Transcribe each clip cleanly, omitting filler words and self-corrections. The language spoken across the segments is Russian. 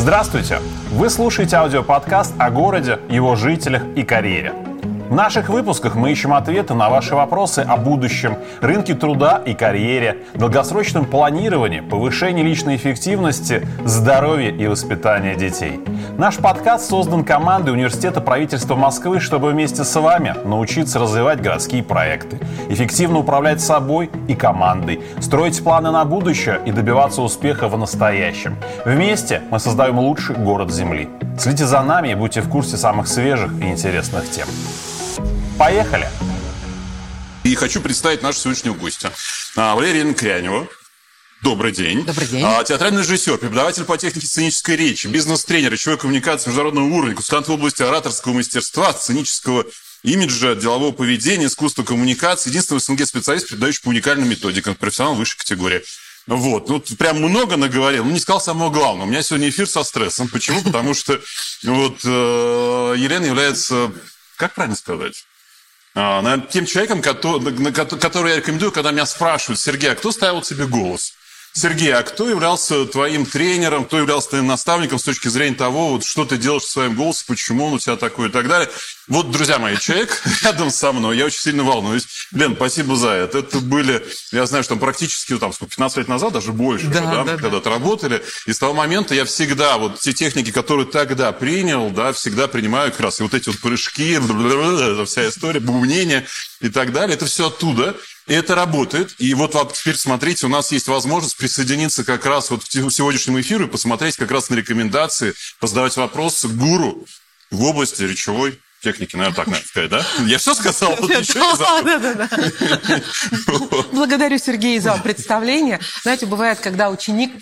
Здравствуйте! Вы слушаете аудиоподкаст о городе, его жителях и карьере. В наших выпусках мы ищем ответы на ваши вопросы о будущем, рынке труда и карьере, долгосрочном планировании, повышении личной эффективности, здоровье и воспитании детей. Наш подкаст создан командой Университета правительства Москвы, чтобы вместе с вами научиться развивать городские проекты, эффективно управлять собой и командой, строить планы на будущее и добиваться успеха в настоящем. Вместе мы создаем лучший город Земли. Следите за нами и будьте в курсе самых свежих и интересных тем. Поехали! И хочу представить нашего сегодняшнего гостя. Валерия Крянева. Добрый день. Добрый день. Театральный режиссер, преподаватель по технике сценической речи, бизнес-тренер, речевой коммуникации международного уровня, консультант в области ораторского мастерства, сценического имиджа, делового поведения, искусства коммуникации. Единственный в СНГ специалист, преподающий по уникальным методикам, профессионал высшей категории. Вот, ну, прям много наговорил, но не сказал самого главного. У меня сегодня эфир со стрессом. Почему? Потому что Елена является, как правильно сказать, тем человеком, который я рекомендую, когда меня спрашивают: Сергей, а кто ставил тебе голос? Сергей, а кто являлся твоим тренером, кто являлся твоим наставником с точки зрения того, вот, что ты делаешь со своим голосом, почему он у тебя такой и так далее. Вот, друзья мои, человек рядом со мной, я очень сильно волнуюсь. Лен, спасибо за это. Это были, я знаю, что там практически 15 лет назад, даже больше, когда-то работали. И с того момента я всегда, вот те техники, которые тогда принял, всегда принимаю как раз. И вот эти вот прыжки, вся история, бубнение и так далее, это все оттуда. И это работает. И вот теперь смотрите, у нас есть возможность присоединиться как раз вот к сегодняшнему эфиру и посмотреть как раз на рекомендации, позадавать вопросы гуру в области речевой техники. Наверное, так надо сказать, да? Я все сказал? Да. Благодарю, Сергей, за представление. Знаете, бывает, когда ученик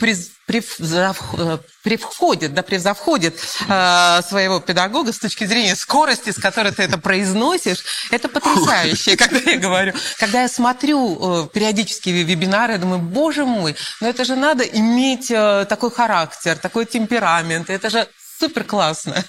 превзходит своего педагога с точки зрения скорости, с которой ты это произносишь. Это потрясающе, когда я говорю. Когда я смотрю периодически вебинары, я думаю: боже мой, но это же надо иметь такой характер, такой темперамент. Это же супер классно.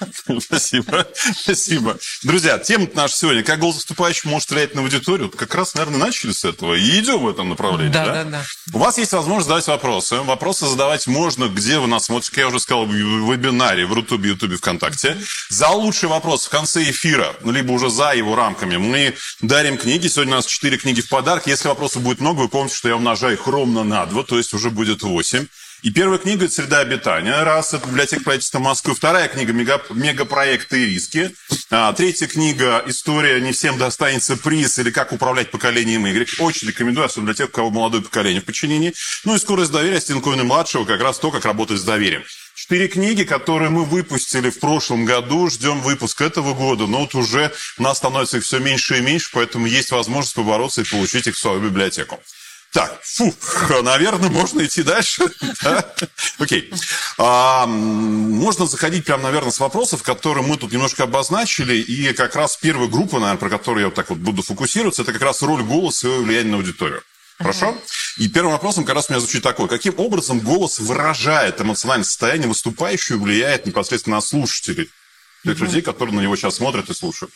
Спасибо. Друзья, тема наша сегодня: как голос выступающего может влиять на аудиторию. Вот как раз, наверное, начали с этого и идем в этом направлении. Да. У вас есть возможность задать вопросы. Вопросы задавать можно, где вы нас смотрите. Как я уже сказал, в вебинаре, в Рутубе, Ютубе, ВКонтакте. За лучший вопрос в конце эфира, либо уже за его рамками, мы дарим книги. Сегодня у нас 4 книги в подарок. Если вопросов будет много, вы помните, что я умножаю их ровно на 2, то есть уже будет 8. И первая книга – это «Среда обитания». Раз, это библиотека правительства Москвы. Вторая книга – «Мегапроекты и риски». Третья книга – «История. Не всем достанется приз» или «Как управлять поколением Y». Очень рекомендую, особенно для тех, у кого молодое поколение в подчинении. Ну и «Скорость доверия» Стенковина-младшего, как раз то, как работать с доверием. 4 книги, которые мы выпустили в прошлом году. Ждем выпуск этого года. Но вот уже у нас становится их все меньше и меньше, поэтому есть возможность побороться и получить их в свою библиотеку. Так, наверное, можно идти дальше. Окей. Можно заходить прямо, наверное, с вопросов, которые мы тут немножко обозначили. И как раз первая группа, наверное, про которую я вот так вот буду фокусироваться, это как раз роль голоса и его влияние на аудиторию. Хорошо? И первым вопросом как раз у меня звучит такой: каким образом голос выражает эмоциональное состояние выступающего и влияет непосредственно на слушателей, тех людей, которые на него сейчас смотрят и слушают?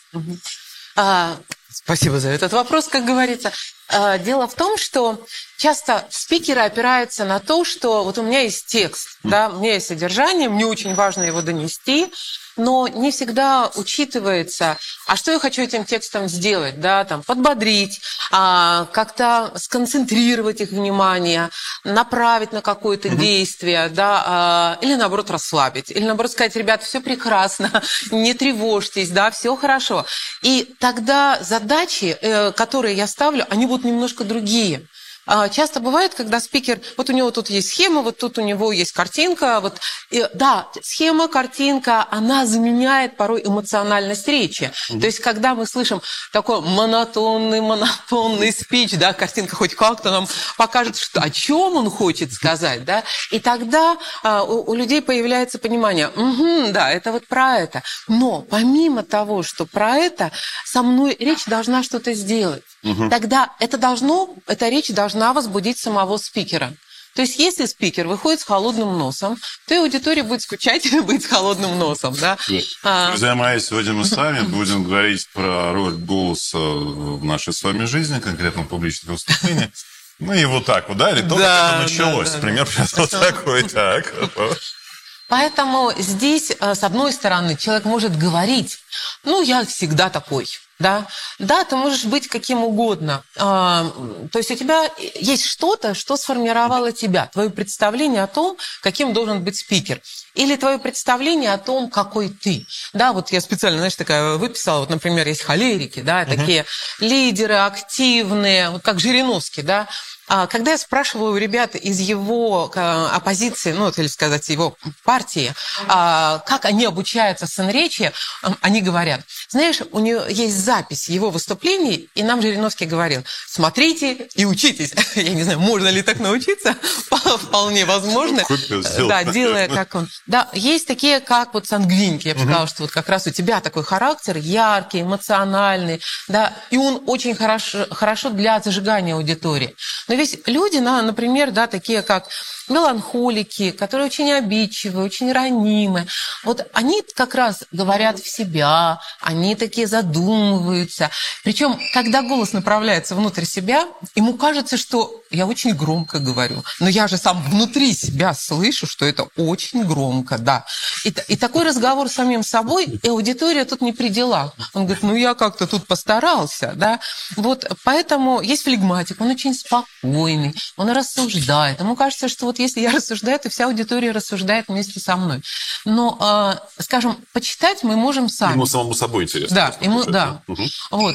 Спасибо за этот вопрос, как говорится. Дело в том, что часто спикеры опираются на то, что вот у меня есть текст, у меня есть содержание, мне очень важно его донести, но не всегда учитывается, а что я хочу этим текстом сделать, подбодрить, как-то сконцентрировать их внимание, направить на какое-то действие, или наоборот расслабить, или наоборот сказать: ребят, все прекрасно, не тревожьтесь, все хорошо. И тогда задачи, которые я ставлю, они будут немножко другие. Часто бывает, когда спикер, вот у него тут есть схема, вот тут у него есть картинка. Схема, картинка, она заменяет порой эмоциональность речи. То есть, когда мы слышим такой монотонный спич, картинка хоть как-то нам покажет, о чем он хочет сказать, и тогда у людей появляется понимание: это вот про это. Но помимо того, что про это, со мной речь должна что-то сделать. Тогда эта речь должна возбудить самого спикера. То есть, если спикер выходит с холодным носом, то и аудитория будет скучать и быть с холодным носом. Друзья мои, сегодня мы с вами будем говорить про роль голоса в нашей с вами жизни, конкретно в публичных выступлениях. Ну и вот так вот, или то, как это началось. Пример вот такой, так. Поэтому здесь, с одной стороны, человек может говорить, я всегда такой. Да, ты можешь быть каким угодно. То есть у тебя есть что-то, что сформировало тебя, твое представление о том, каким должен быть спикер. Или твое представление о том, какой ты. Да, вот я специально, такая выписала, вот, например, есть холерики, да, такие лидеры активные, вот как Жириновский, да. Когда я спрашиваю у ребят из его оппозиции, или сказать, его партии, как они обучаются сценречи, они говорят, знаешь, у нее есть запись его выступлений, и нам Жириновский говорил, смотрите и учитесь. Я не знаю, можно ли так научиться, вполне возможно. Да, делая как он. Да, есть такие, как вот сангвиники, я бы сказала, что вот как раз у тебя такой характер яркий, эмоциональный, да, и он очень хорошо для зажигания аудитории. Но ведь люди, например, да, такие как меланхолики, которые очень обидчивые, очень ранимы, вот они как раз говорят в себя, они такие задумываются. Причем, когда голос направляется внутрь себя, ему кажется, что я очень громко говорю, но я же сам внутри себя слышу, что это очень громко, да. И такой разговор с самим собой, и аудитория тут не при делах. Он говорит, я как-то тут постарался, да. Вот поэтому есть флегматик, он очень спокойный, он рассуждает. Ему кажется, что вот если я рассуждаю, то вся аудитория рассуждает вместе со мной. Но, скажем, почитать мы можем сами. Ему самому собой интересно. Да, ему, да. Вот.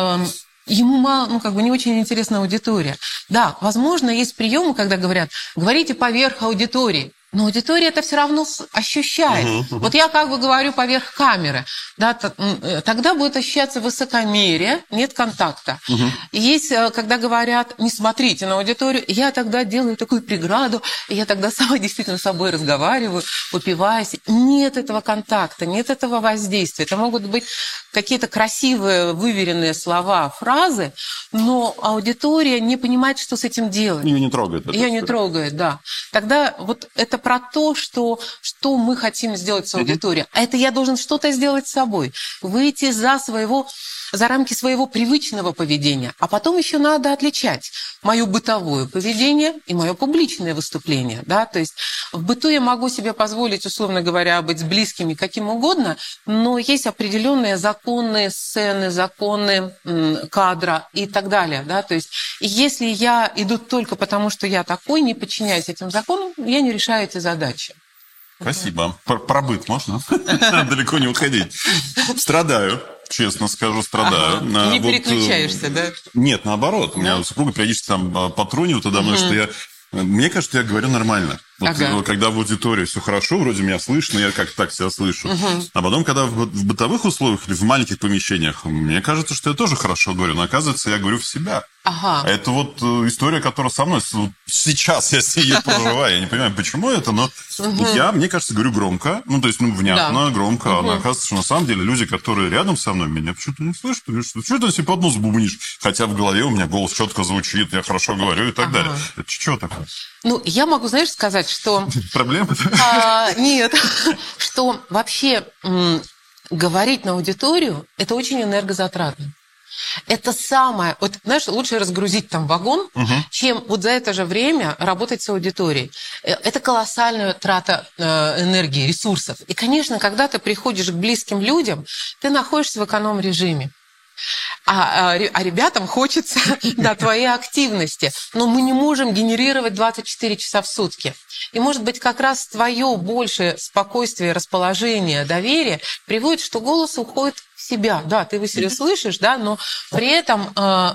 Ему мало, не очень интересна аудитория. Да, возможно, есть приемы, когда говорят, говорите поверх аудитории. Но аудитория это все равно ощущает. Вот я говорю поверх камеры, да, тогда будет ощущаться высокомерие, нет контакта. Есть, когда говорят, не смотрите на аудиторию, я тогда делаю такую преграду, и я тогда сама действительно с собой разговариваю, упиваюсь. Нет этого контакта, нет этого воздействия. Это могут быть какие-то красивые, выверенные слова, фразы, но аудитория не понимает, что с этим делать. Ее не трогает. Ее не трогает, да. Тогда вот это про то, что мы хотим сделать с аудиторией. А это я должен что-то сделать с собой. Выйти за рамки своего привычного поведения. А потом еще надо отличать мое бытовое поведение и мое публичное выступление. Да? То есть в быту я могу себе позволить, условно говоря, быть с близкими каким угодно, но есть определенные законы сцены, законы кадра и так далее. Да? То есть если я иду только потому, что я такой, не подчиняюсь этим законам, я не решаю эти задачи. Спасибо. Про быт можно? Далеко не уходить. Страдаю. Честно скажу, страдаю. Не переключаешься, да? Нет, наоборот. Меня супруга периодически потронивает тогда, потому что мне кажется, я говорю нормально. Когда в аудитории все хорошо, вроде меня слышно, я как-то так себя слышу. А потом, когда в бытовых условиях или в маленьких помещениях, мне кажется, что я тоже хорошо говорю, но оказывается, я говорю в себя. Это вот история, которая со мной сейчас, я с ней проживаю. Я не понимаю, почему это, но я, мне кажется, говорю громко, то есть, внятно, громко. Но оказывается, что на самом деле люди, которые рядом со мной, меня почему-то не слышат. Что ты себе под нос бубнишь? Хотя в голове у меня голос четко звучит, я хорошо говорю и так далее. Это что такое? Я могу, сказать, что... Проблема? Нет. Что вообще говорить на аудиторию – это очень энергозатратно. Это самое... Вот, лучше разгрузить там вагон, чем вот за это же время работать с аудиторией. Это колоссальная трата энергии, ресурсов. И, конечно, когда ты приходишь к близким людям, ты находишься в эконом-режиме. А ребятам хочется твоей активности. Но мы не можем генерировать 24 часа в сутки. И, может быть, как раз твое большее спокойствие, расположение, доверие приводит, что голос уходит в себя. Да, ты его себе слышишь, да, но при этом...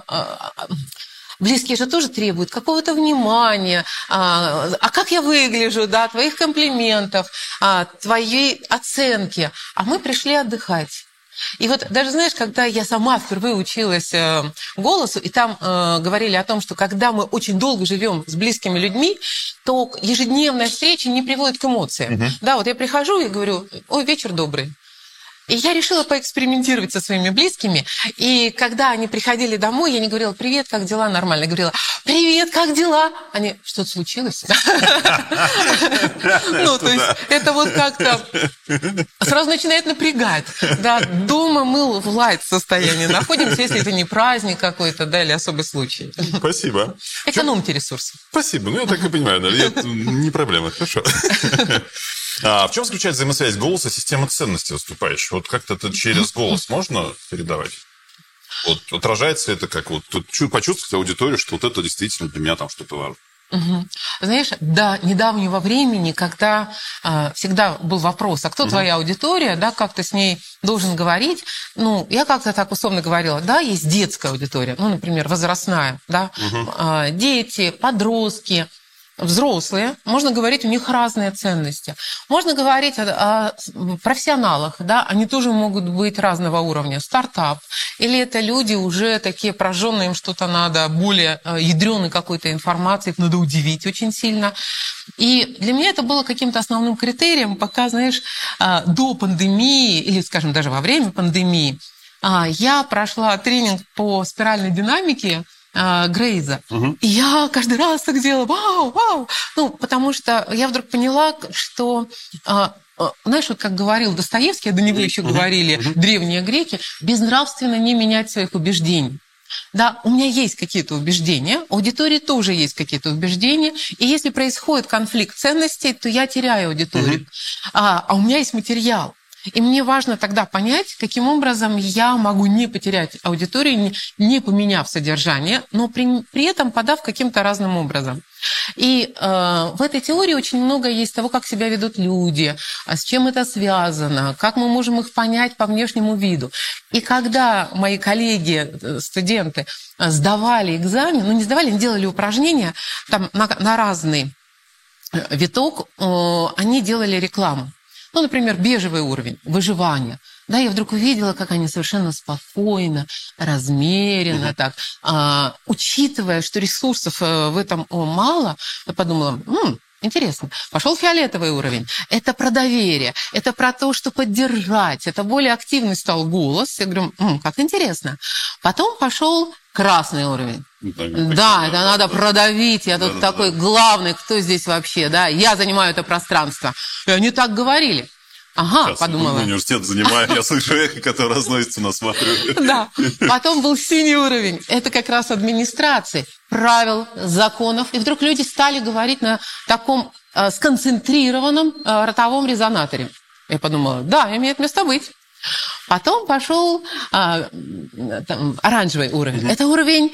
Близкие же тоже требуют какого-то внимания, а как я выгляжу, да, твоих комплиментов, твоей оценки. А мы пришли отдыхать. И вот даже, когда я сама впервые училась голосу, и там говорили о том, что когда мы очень долго живем с близкими людьми, то ежедневная встреча не приводит к эмоциям. Да, вот я прихожу и говорю, ой, вечер добрый. И я решила поэкспериментировать со своими близкими. И когда они приходили домой, я не говорила, привет, как дела, нормально. Я говорила, привет, как дела? Они, что-то случилось? То есть это вот как-то сразу начинает напрягать. Да, дома мы в лайт состоянии находимся, если это не праздник какой-то, да, или особый случай. Спасибо. Экономьте ресурсы. Спасибо. Я так и понимаю, да, не проблема, хорошо. А в чем заключается взаимосвязь голоса и системы ценностей выступающего? Вот как-то это через голос можно передавать? Вот отражается это как вот почувствовать аудиторию, что вот это действительно для меня там что-то важно. Угу. Знаешь, до недавнего времени, когда всегда был вопрос, а кто твоя аудитория, да, как ты с ней должен говорить, ну, я как-то так условно говорила, да, есть детская аудитория, ну, например, возрастная, да, дети, подростки, взрослые, можно говорить, у них разные ценности. Можно говорить о профессионалах, да, они тоже могут быть разного уровня. Стартап, или это люди уже такие прожженные, им что-то надо, более ядреной какой-то информации, их надо удивить очень сильно. И для меня это было каким-то основным критерием, пока, знаешь, до пандемии, или, скажем, даже во время пандемии, я прошла тренинг по спиральной динамике Грейза. И я каждый раз так делала, вау. Ну, потому что я вдруг поняла, что, знаешь, вот как говорил Достоевский, а до него еще говорили древние греки, безнравственно не менять своих убеждений. Да, у меня есть какие-то убеждения, у аудитории тоже есть какие-то убеждения, и если происходит конфликт ценностей, то я теряю аудиторию. А у меня есть материал. И мне важно тогда понять, каким образом я могу не потерять аудиторию, не поменяв содержание, но при этом подав каким-то разным образом. И в этой теории очень много есть того, как себя ведут люди, с чем это связано, как мы можем их понять по внешнему виду. И когда мои коллеги, студенты, сдавали экзамен, ну не сдавали, они делали упражнения там, на разный виток, они делали рекламу. Ну, например, бежевый уровень, выживания. Да, я вдруг увидела, как они совершенно спокойно, размеренно так, учитывая, что ресурсов в этом мало, я подумала, интересно. Пошел фиолетовый уровень. Это про доверие, это про то, что поддержать, это более активный стал голос. Я говорю, как интересно. Потом пошел красный уровень. Да, это надо продавить. Я тут такой главный, кто здесь вообще, да? Я занимаю это пространство. И они так говорили. Ага, сейчас, подумала. Университет занимаю, я слышу эхо, которое разносится, нас смотрю. Да. Потом был синий уровень. Это как раз администрации, правил, законов. И вдруг люди стали говорить на таком сконцентрированном ротовом резонаторе. Я подумала, да, имеет место быть. Потом пошел оранжевый уровень. Это уровень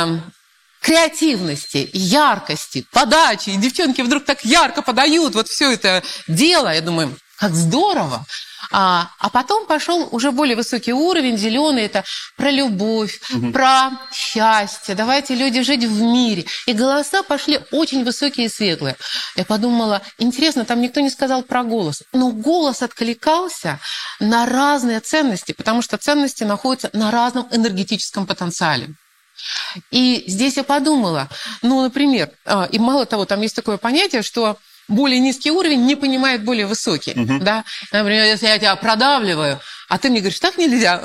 креативности, яркости, подачи. И девчонки вдруг так ярко подают вот все это дело. Я думаю, как здорово. А потом пошел уже более высокий уровень, зеленый, это про любовь, про счастье. Давайте люди жить в мире. И голоса пошли очень высокие и светлые. Я подумала, интересно, там никто не сказал про голос. Но голос откликался на разные ценности, потому что ценности находятся на разном энергетическом потенциале. И здесь я подумала, ну, например, и мало того, там есть такое понятие, что более низкий уровень не понимает более высокий. Да? Например, если я тебя продавливаю, а ты мне говоришь, так нельзя.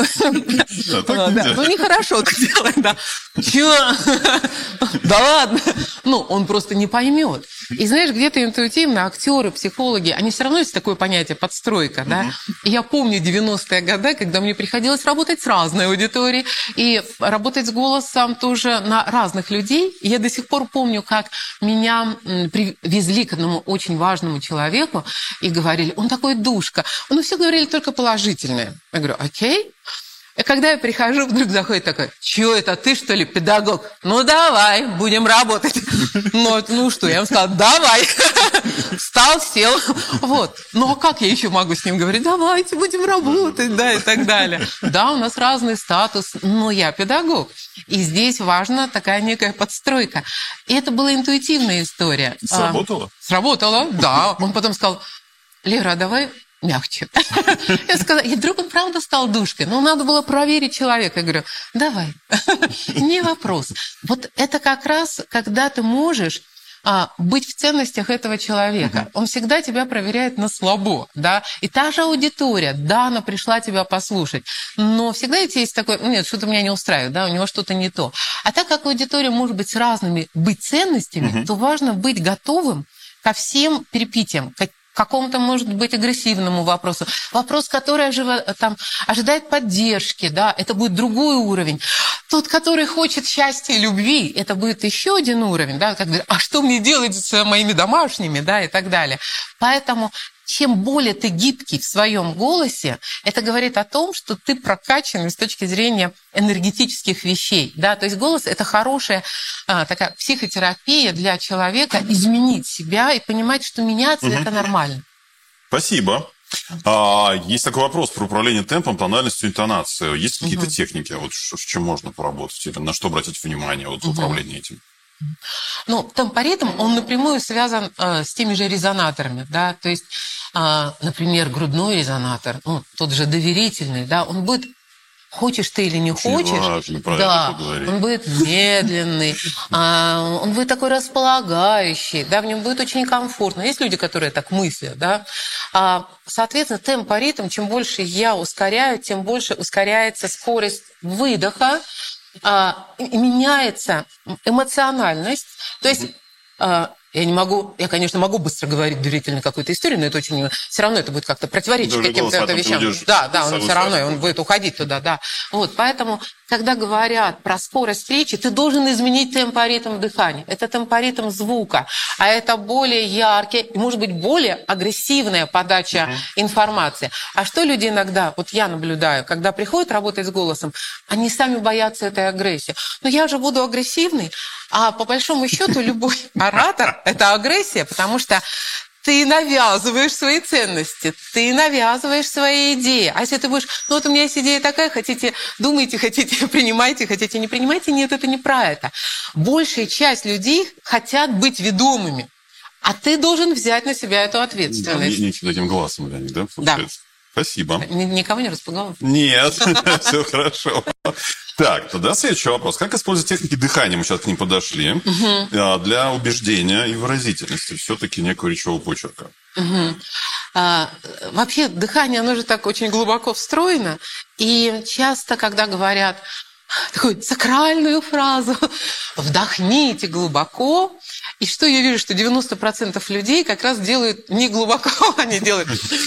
Ну, нехорошо так делать, да. Чего? Да ладно. Ну, он просто не поймет. И знаешь, где-то интуитивно актеры, психологи, они все равно есть такое понятие подстройка, да. И я помню 90-е годы, когда мне приходилось работать с разной аудиторией и работать с голосом тоже на разных людей. И я до сих пор помню, как меня привезли к одному очень важному человеку и говорили, он такой душка. Ну, все говорили только положительное. Я говорю, окей. И когда я прихожу, вдруг заходит такой, чё это, ты что ли педагог? Ну, давай, будем работать. Ну что, я ему сказала, давай. Встал, сел. Вот. Ну, а как я еще могу с ним говорить? Давайте, будем работать, да, и так далее. Да, у нас разный статус, но я педагог. И здесь важна такая некая подстройка. И это была интуитивная история. Сработало? Сработало, да. Он потом сказал, Лера, а давай мягче. Я сказала, и вдруг он правда стал душкой. Но надо было проверить человека. Я говорю, давай, не вопрос. Вот это как раз, когда ты можешь быть в ценностях этого человека. Он всегда тебя проверяет на слабо, да. И та же аудитория, да, она пришла тебя послушать, но всегда ведь есть такое, нет, что-то меня не устраивает, да, у него что-то не то. А так как аудитория может быть с разными ценностями, то важно быть готовым ко всем перипетиям, какому-то, может быть, агрессивному вопросу. Вопрос, который ожидает поддержки, да, это будет другой уровень. Тот, который хочет счастья и любви, это будет еще один уровень, да, а что мне делать с моими домашними, да, и так далее. Поэтому чем более ты гибкий в своем голосе, это говорит о том, что ты прокачан с точки зрения энергетических вещей. Да? То есть голос – это хорошая такая психотерапия для человека, изменить себя и понимать, что меняться – это нормально. Спасибо. Есть такой вопрос про управление темпом, тональностью, интонацией. Есть какие-то техники, вот с чем можно поработать, или на что обратить внимание вот, в управлении этим? Ну, темпоритм, он напрямую связан с теми же резонаторами, да, то есть, например, грудной резонатор, ну, тот же доверительный, да, он будет, хочешь ты или не хочешь, важно, да, он будет медленный, он будет такой располагающий, да, в нем будет очень комфортно. Есть люди, которые так мыслят, да. Соответственно, темпоритм, чем больше я ускоряю, тем больше ускоряется скорость выдоха, меняется эмоциональность. То есть я, конечно, могу быстро говорить доверительно какую-то историю, но это очень... Все равно это будет как-то противоречить каким-то вещам. Да, он все равно, он будет уходить туда, да. Вот, поэтому, когда говорят про скорость речи, ты должен изменить темпоритм дыхания. Это темпоритм звука, а это более яркий, и, может быть, более агрессивная подача информации. А что люди иногда, вот я наблюдаю, когда приходят работать с голосом, они сами боятся этой агрессии. Но я же буду агрессивный, а по большому счету любой оратор – это агрессия, потому что ты навязываешь свои ценности, ты навязываешь свои идеи. А если ты будешь, ну вот у меня есть идея такая, хотите думайте, хотите принимайте, хотите не принимайте, нет, это не про это. Большая часть людей хотят быть ведомыми, а ты должен взять на себя эту ответственность. Не таким голосом, да? Да. Спасибо. Никого не распугал? Нет, все хорошо. Так, тогда следующий вопрос. Как использовать техники дыхания? Мы сейчас к ним подошли. Для убеждения и выразительности. Все-таки некого речевого почерка. Вообще дыхание, оно же так очень глубоко встроено. И часто, когда говорят такую сакральную фразу «вдохните глубоко», и что я вижу, что 90% людей как раз делают не глубоко, они делают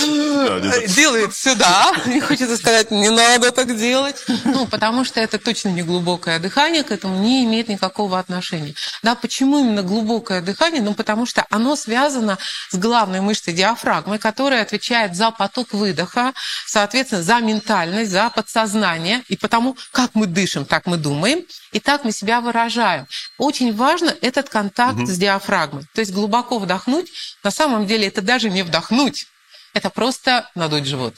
сюда. Мне хочется сказать, не надо так делать. Ну, потому что это точно не глубокое дыхание, к этому не имеет никакого отношения. Да, почему именно глубокое дыхание? Ну, потому что оно связано с главной мышцей диафрагмы, которая отвечает за поток выдоха, соответственно, за ментальность, за подсознание. И потому, как мы дышим, так мы думаем, и так мы себя выражаем. Очень важно этот контакт с диафрагмой. То есть глубоко вдохнуть, на самом деле это даже не вдохнуть, это просто надуть живот.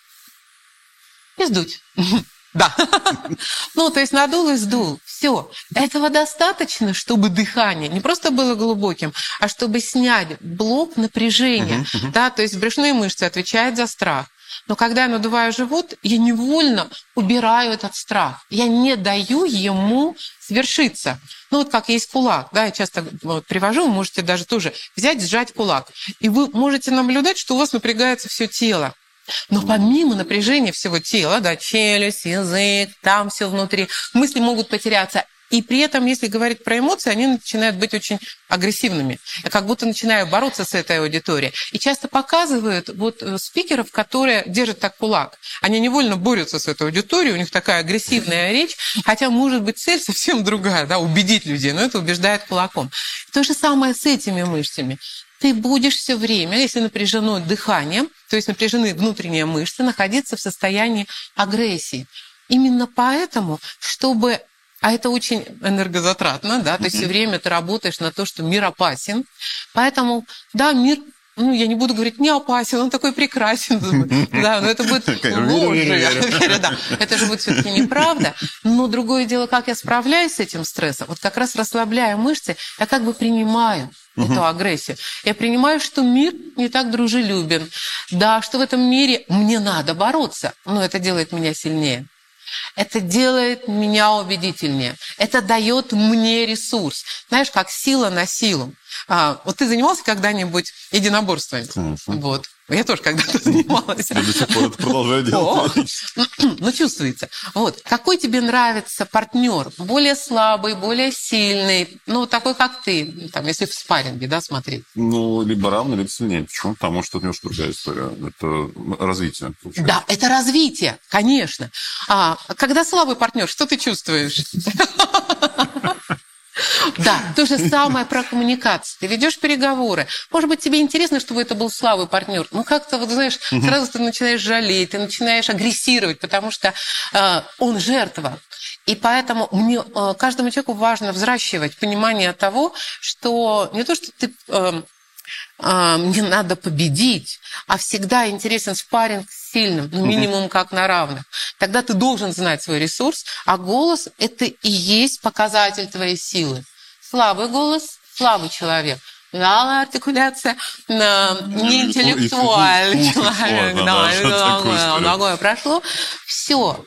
И сдуть. Да. Ну, то есть надул и сдул. Все. Этого достаточно, чтобы дыхание не просто было глубоким, а чтобы снять блок напряжения. Да, то есть брюшные мышцы отвечают за страх. Но когда я надуваю живот, я невольно убираю этот страх. Я не даю ему свершиться. Ну вот как есть кулак, да, я часто вот привожу, вы можете даже тоже взять, сжать кулак. И вы можете наблюдать, что у вас напрягается все тело. Но помимо напряжения всего тела, да, челюсть, язык, там все внутри, мысли могут потеряться. И при этом, если говорить про эмоции, они начинают быть очень агрессивными. Я как будто начинаю бороться с этой аудиторией. И часто показывают вот спикеров, которые держат так кулак. Они невольно борются с этой аудиторией, у них такая агрессивная речь, хотя, может быть, цель совсем другая, да, убедить людей, но это убеждает кулаком. То же самое с этими мышцами. Ты будешь все время, если напряжено дыхание, то есть напряжены внутренние мышцы, находиться в состоянии агрессии. Именно поэтому, чтобы... А это очень энергозатратно, да, то есть все время ты работаешь на то, что мир опасен. Поэтому, да, мир, ну, я не буду говорить, не опасен, он такой прекрасен. Да, но это будет ложь. Это же будет все-таки неправда. Но другое дело, как я справляюсь с этим стрессом. Вот как раз расслабляя мышцы, я как бы принимаю эту агрессию. Я принимаю, что мир не так дружелюбен. Да, что в этом мире мне надо бороться, но это делает меня сильнее. Это делает меня убедительнее. Это дает мне ресурс. Знаешь, как сила на силу. Вот ты занимался когда-нибудь единоборствами? Вот. Я тоже когда-то занималась. Я до сих пор это продолжаю делать. Ну, чувствуется. Вот. Какой тебе нравится партнер? Более слабый, более сильный? Ну, такой, как ты, там, если в спарринге, да, смотреть? Ну, либо равно, либо сильнее. Почему? Потому что это немножко другая история. Это развитие. Получается. Да, это развитие, конечно. Когда слабый партнер, что ты чувствуешь? Да, то же самое про коммуникацию. Ты ведешь переговоры. Может быть, тебе интересно, чтобы это был слабый партнер. Ну, как-то, вот знаешь, сразу ты начинаешь жалеть, ты начинаешь агрессировать, потому что он жертва. И поэтому каждому человеку важно взращивать понимание того, что не то, что ты... мне надо победить, а всегда интересен спарринг с сильным, ну, минимум как на равных. Тогда ты должен знать свой ресурс, а голос – это и есть показатель твоей силы. Слабый голос – слабый человек. Вялая артикуляция, неинтеллектуальный человек, многое прошло. Все,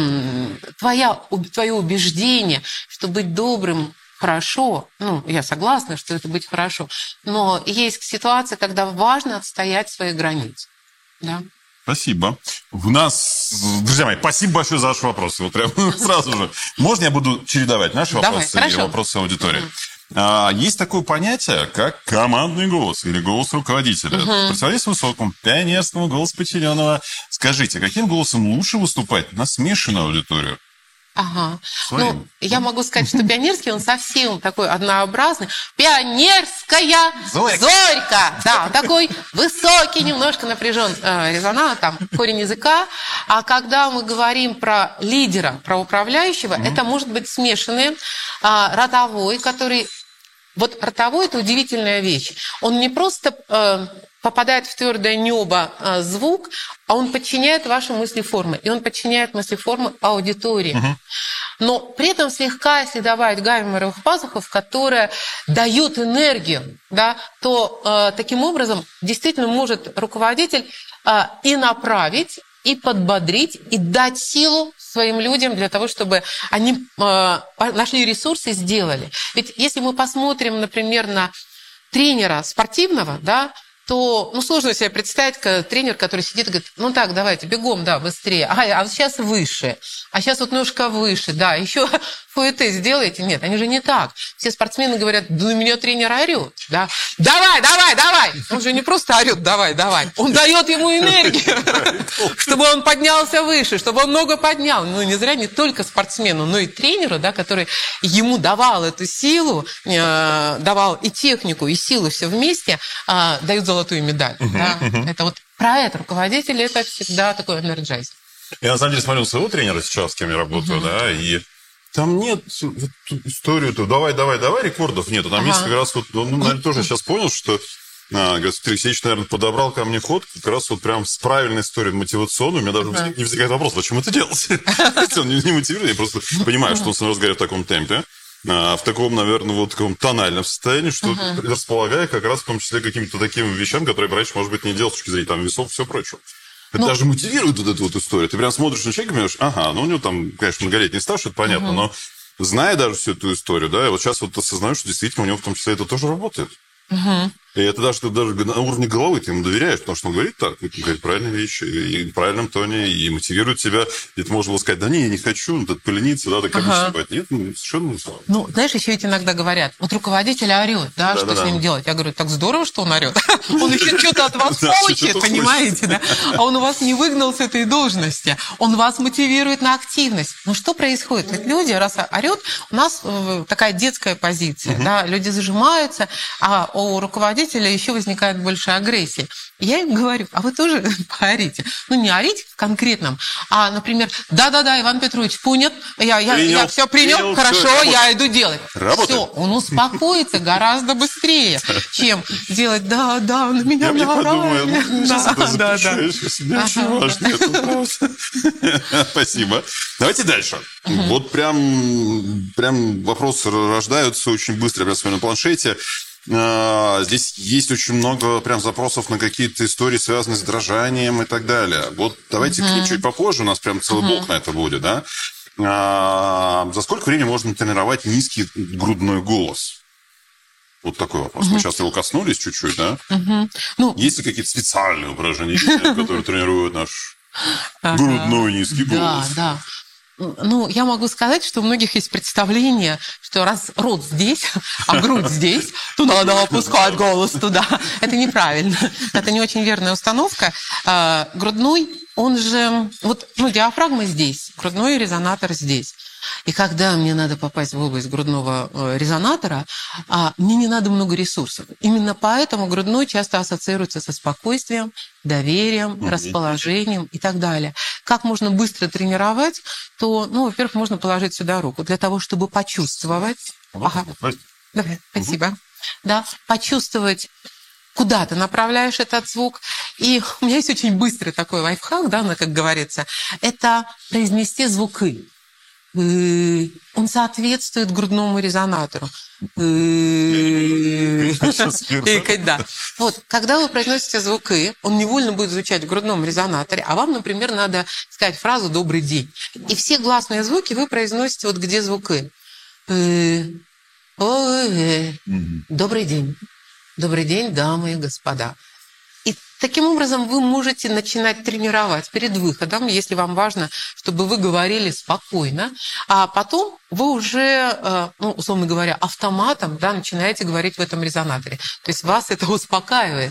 твое убеждение, что быть добрым хорошо, ну, я согласна, что это быть хорошо, но есть ситуация, когда важно отстоять свои границы. Да? Спасибо. У нас, друзья мои, спасибо большое за ваши вопросы. Вот прямо сразу же. Можно я буду чередовать наши вопросы и вопросы аудитории? Есть такое понятие, как командный голос или голос руководителя. Противовес высокому, пионерскому, голос подчиненного. Скажите, каким голосом лучше выступать на смешанную аудиторию? Ага. Ну, я могу сказать, что пионерский, он совсем такой однообразный. Пионерская зорька! Да, такой высокий, немножко напряжен резонанс, там, корень языка. А когда мы говорим про лидера, про управляющего, это может быть смешанный ротовой, который... Вот ротовой – это удивительная вещь. Он не просто попадает в твердое небо звук, а он подчиняет ваши мыслеформы. И он подчиняет мыслеформы аудитории. Но при этом слегка, если добавить гайморовых пазухов, которые дают энергию, да, то таким образом действительно может руководитель и направить, и подбодрить, и дать силу своим людям для того, чтобы они нашли ресурсы и сделали. Ведь если мы посмотрим, например, на тренера спортивного, да, то сложно себе представить тренер, который сидит и говорит, ну так, давайте, бегом, да, быстрее. А вот сейчас выше, а сейчас вот ножка выше, да, еще фуэте сделайте. Нет, они же не так. Все спортсмены говорят, да на меня тренер орет, да. Давай, давай, давай. Он же не просто орет, давай, давай. Он дает ему энергию, чтобы он поднялся выше, чтобы он много поднял. Ну, не зря не только спортсмену, но и тренеру, да, который ему давал эту силу, давал и технику, и силу все вместе, дают золотую медаль. Да? Это вот про это. Руководитель – это всегда такой энерджайзер. Я, на самом деле, смотрел своего тренера сейчас, с кем я работаю, да, и там нет историю-то давай, рекордов нету. Там есть как раз вот, наверное, тоже сейчас понял, что Алексей Алексеевич, наверное, подобрал ко мне ход как раз вот прям с правильной историей мотивационной. У меня даже не возникает вопрос, зачем это делать? Он не мотивирует, я просто понимаю, что он с ним разговаривает в таком темпе. В таком, наверное, вот таком тональном состоянии, что располагая как раз в том числе каким-то таким вещам, которые раньше, может быть, не делал с точки зрения там весов и все прочее. Это даже мотивирует вот эту вот историю. Ты прям смотришь на человека и понимаешь, ага, ну у него там, конечно, многолетний стаж, это понятно, но зная даже всю эту историю, да, я вот сейчас вот осознаю, что действительно у него в том числе это тоже работает. И это даже на уровне головы ты ему доверяешь, потому что он говорит так, говорит правильные вещи, и в правильном тоне, и мотивирует тебя. И ты можно было сказать, да не, я не хочу, тут полениться, да, так обычно бывает. Нет, совершенно не слава. Ну, знаешь, еще ведь иногда говорят, вот руководитель орет, да, что с ним делать? Я говорю, так здорово, что он орет. Он еще что-то от вас хочет, понимаете, да? А он у вас не выгнал с этой должности. Он вас мотивирует на активность. Ну, что происходит? Ведь люди, раз орет, у нас такая детская позиция, да, люди зажимаются, а у руководителя еще возникает больше агрессии. Я им говорю, а вы тоже поорите. Ну, не орите в конкретном, а, например, да-да-да, Иван Петрович, понял, я все принял, хорошо, я иду делать. Все, он успокоится гораздо быстрее, чем делать, да-да, на меня наорали. Спасибо. Давайте дальше. Вот прям вопросы рождаются очень быстро, я смотрю на планшете. Здесь есть очень много прям запросов на какие-то истории, связанные с дрожанием и так далее. Вот давайте к ним чуть попозже, у нас прям целый блок на это будет, да? За сколько времени можно тренировать низкий грудной голос? Вот такой вопрос. Мы сейчас его коснулись чуть-чуть, да? Есть ли какие-то специальные упражнения, которые тренируют наш грудной низкий голос? Да. Ну, я могу сказать, что у многих есть представление, что раз рот здесь, а грудь здесь, то надо опускать голос туда. Это неправильно. Это не очень верная установка. Грудной, он же... Вот, диафрагма здесь, грудной резонатор здесь. И когда мне надо попасть в область грудного резонатора, мне не надо много ресурсов. Именно поэтому грудной часто ассоциируется со спокойствием, доверием, расположением и так далее. Как можно быстро тренировать, то, во-первых, можно положить сюда руку для того, чтобы почувствовать. Давай, спасибо. Да, почувствовать, куда ты направляешь этот звук. И у меня есть очень быстрый такой лайфхак, да, как говорится, это произнести звуки. Он соответствует грудному резонатору. Да. Вот, когда вы произносите звуки, он невольно будет звучать в грудном резонаторе, а вам, например, надо сказать фразу «добрый день». И все гласные звуки вы произносите вот где звуки. Добрый день. Добрый день, дамы и господа. И таким образом вы можете начинать тренировать перед выходом, если вам важно, чтобы вы говорили спокойно, а потом вы уже, условно говоря, автоматом, да, начинаете говорить в этом резонаторе. То есть вас это успокаивает.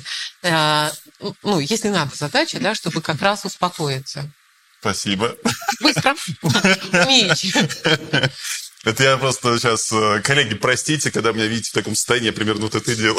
Если надо задача, да, чтобы как раз успокоиться. Спасибо. Быстро. Умеете. Это я просто сейчас, коллеги, простите, когда меня видите в таком состоянии, я примерно вот это и делаю.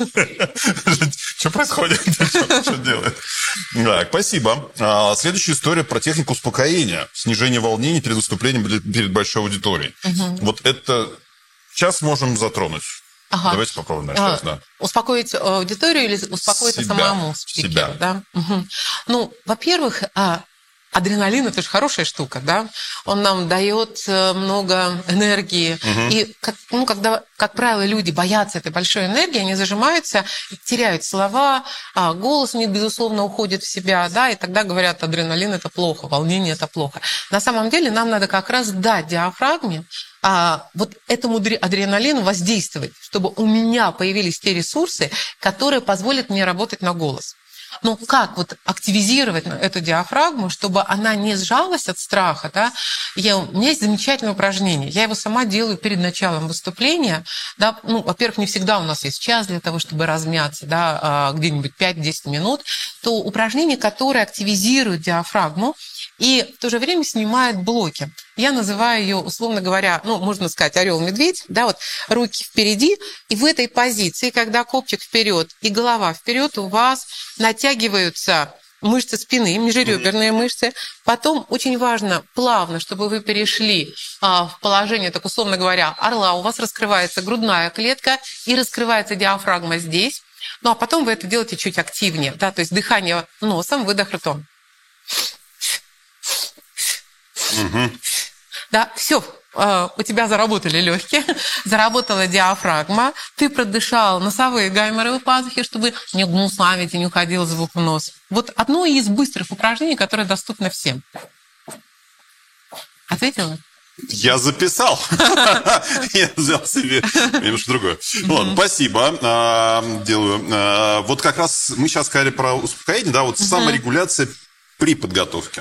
Что происходит? Что делает? Так, спасибо. Следующая история про технику успокоения, снижение волнений перед выступлением перед большой аудиторией. Вот это сейчас можем затронуть. Давайте попробуем начать. Да. Успокоить аудиторию или успокоиться самому спикеру? Да? Во-первых, адреналин – это же хорошая штука, да? Он нам дает много энергии. И, когда, как правило, люди боятся этой большой энергии, они зажимаются, теряют слова, голос у них, безусловно, уходит в себя, да, и тогда говорят, адреналин – это плохо, волнение – это плохо. На самом деле нам надо как раз дать диафрагме вот этому адреналину воздействовать, чтобы у меня появились те ресурсы, которые позволят мне работать на голос. Как вот активизировать эту диафрагму, чтобы она не сжалась от страха, да? У меня есть замечательное упражнение. Я его сама делаю перед началом выступления. Да? Во-первых, не всегда у нас есть час для того, чтобы размяться, да, где-нибудь 5-10 минут. То упражнение, которое активизирует диафрагму и в то же время снимает блоки. Я называю ее, условно говоря, можно сказать, орел-медведь, да, вот руки впереди, и в этой позиции, когда копчик вперед и голова вперед, у вас натягиваются мышцы спины, межреберные мышцы. Потом очень важно плавно, чтобы вы перешли в положение, так условно говоря, орла. У вас раскрывается грудная клетка и раскрывается диафрагма здесь. А потом вы это делаете чуть активнее, да, то есть дыхание носом, выдох ртом. Да, все, у тебя заработали легкие, заработала диафрагма, ты продышал носовые гайморовые пазухи, чтобы не гнусавить и не уходил звук в нос. Вот одно из быстрых упражнений, которое доступно всем. Ответила? Я записал. Я взял себе немножко другое. Ладно, спасибо. Делаю. Вот как раз мы сейчас сказали про успокоение, да, вот саморегуляция при подготовке.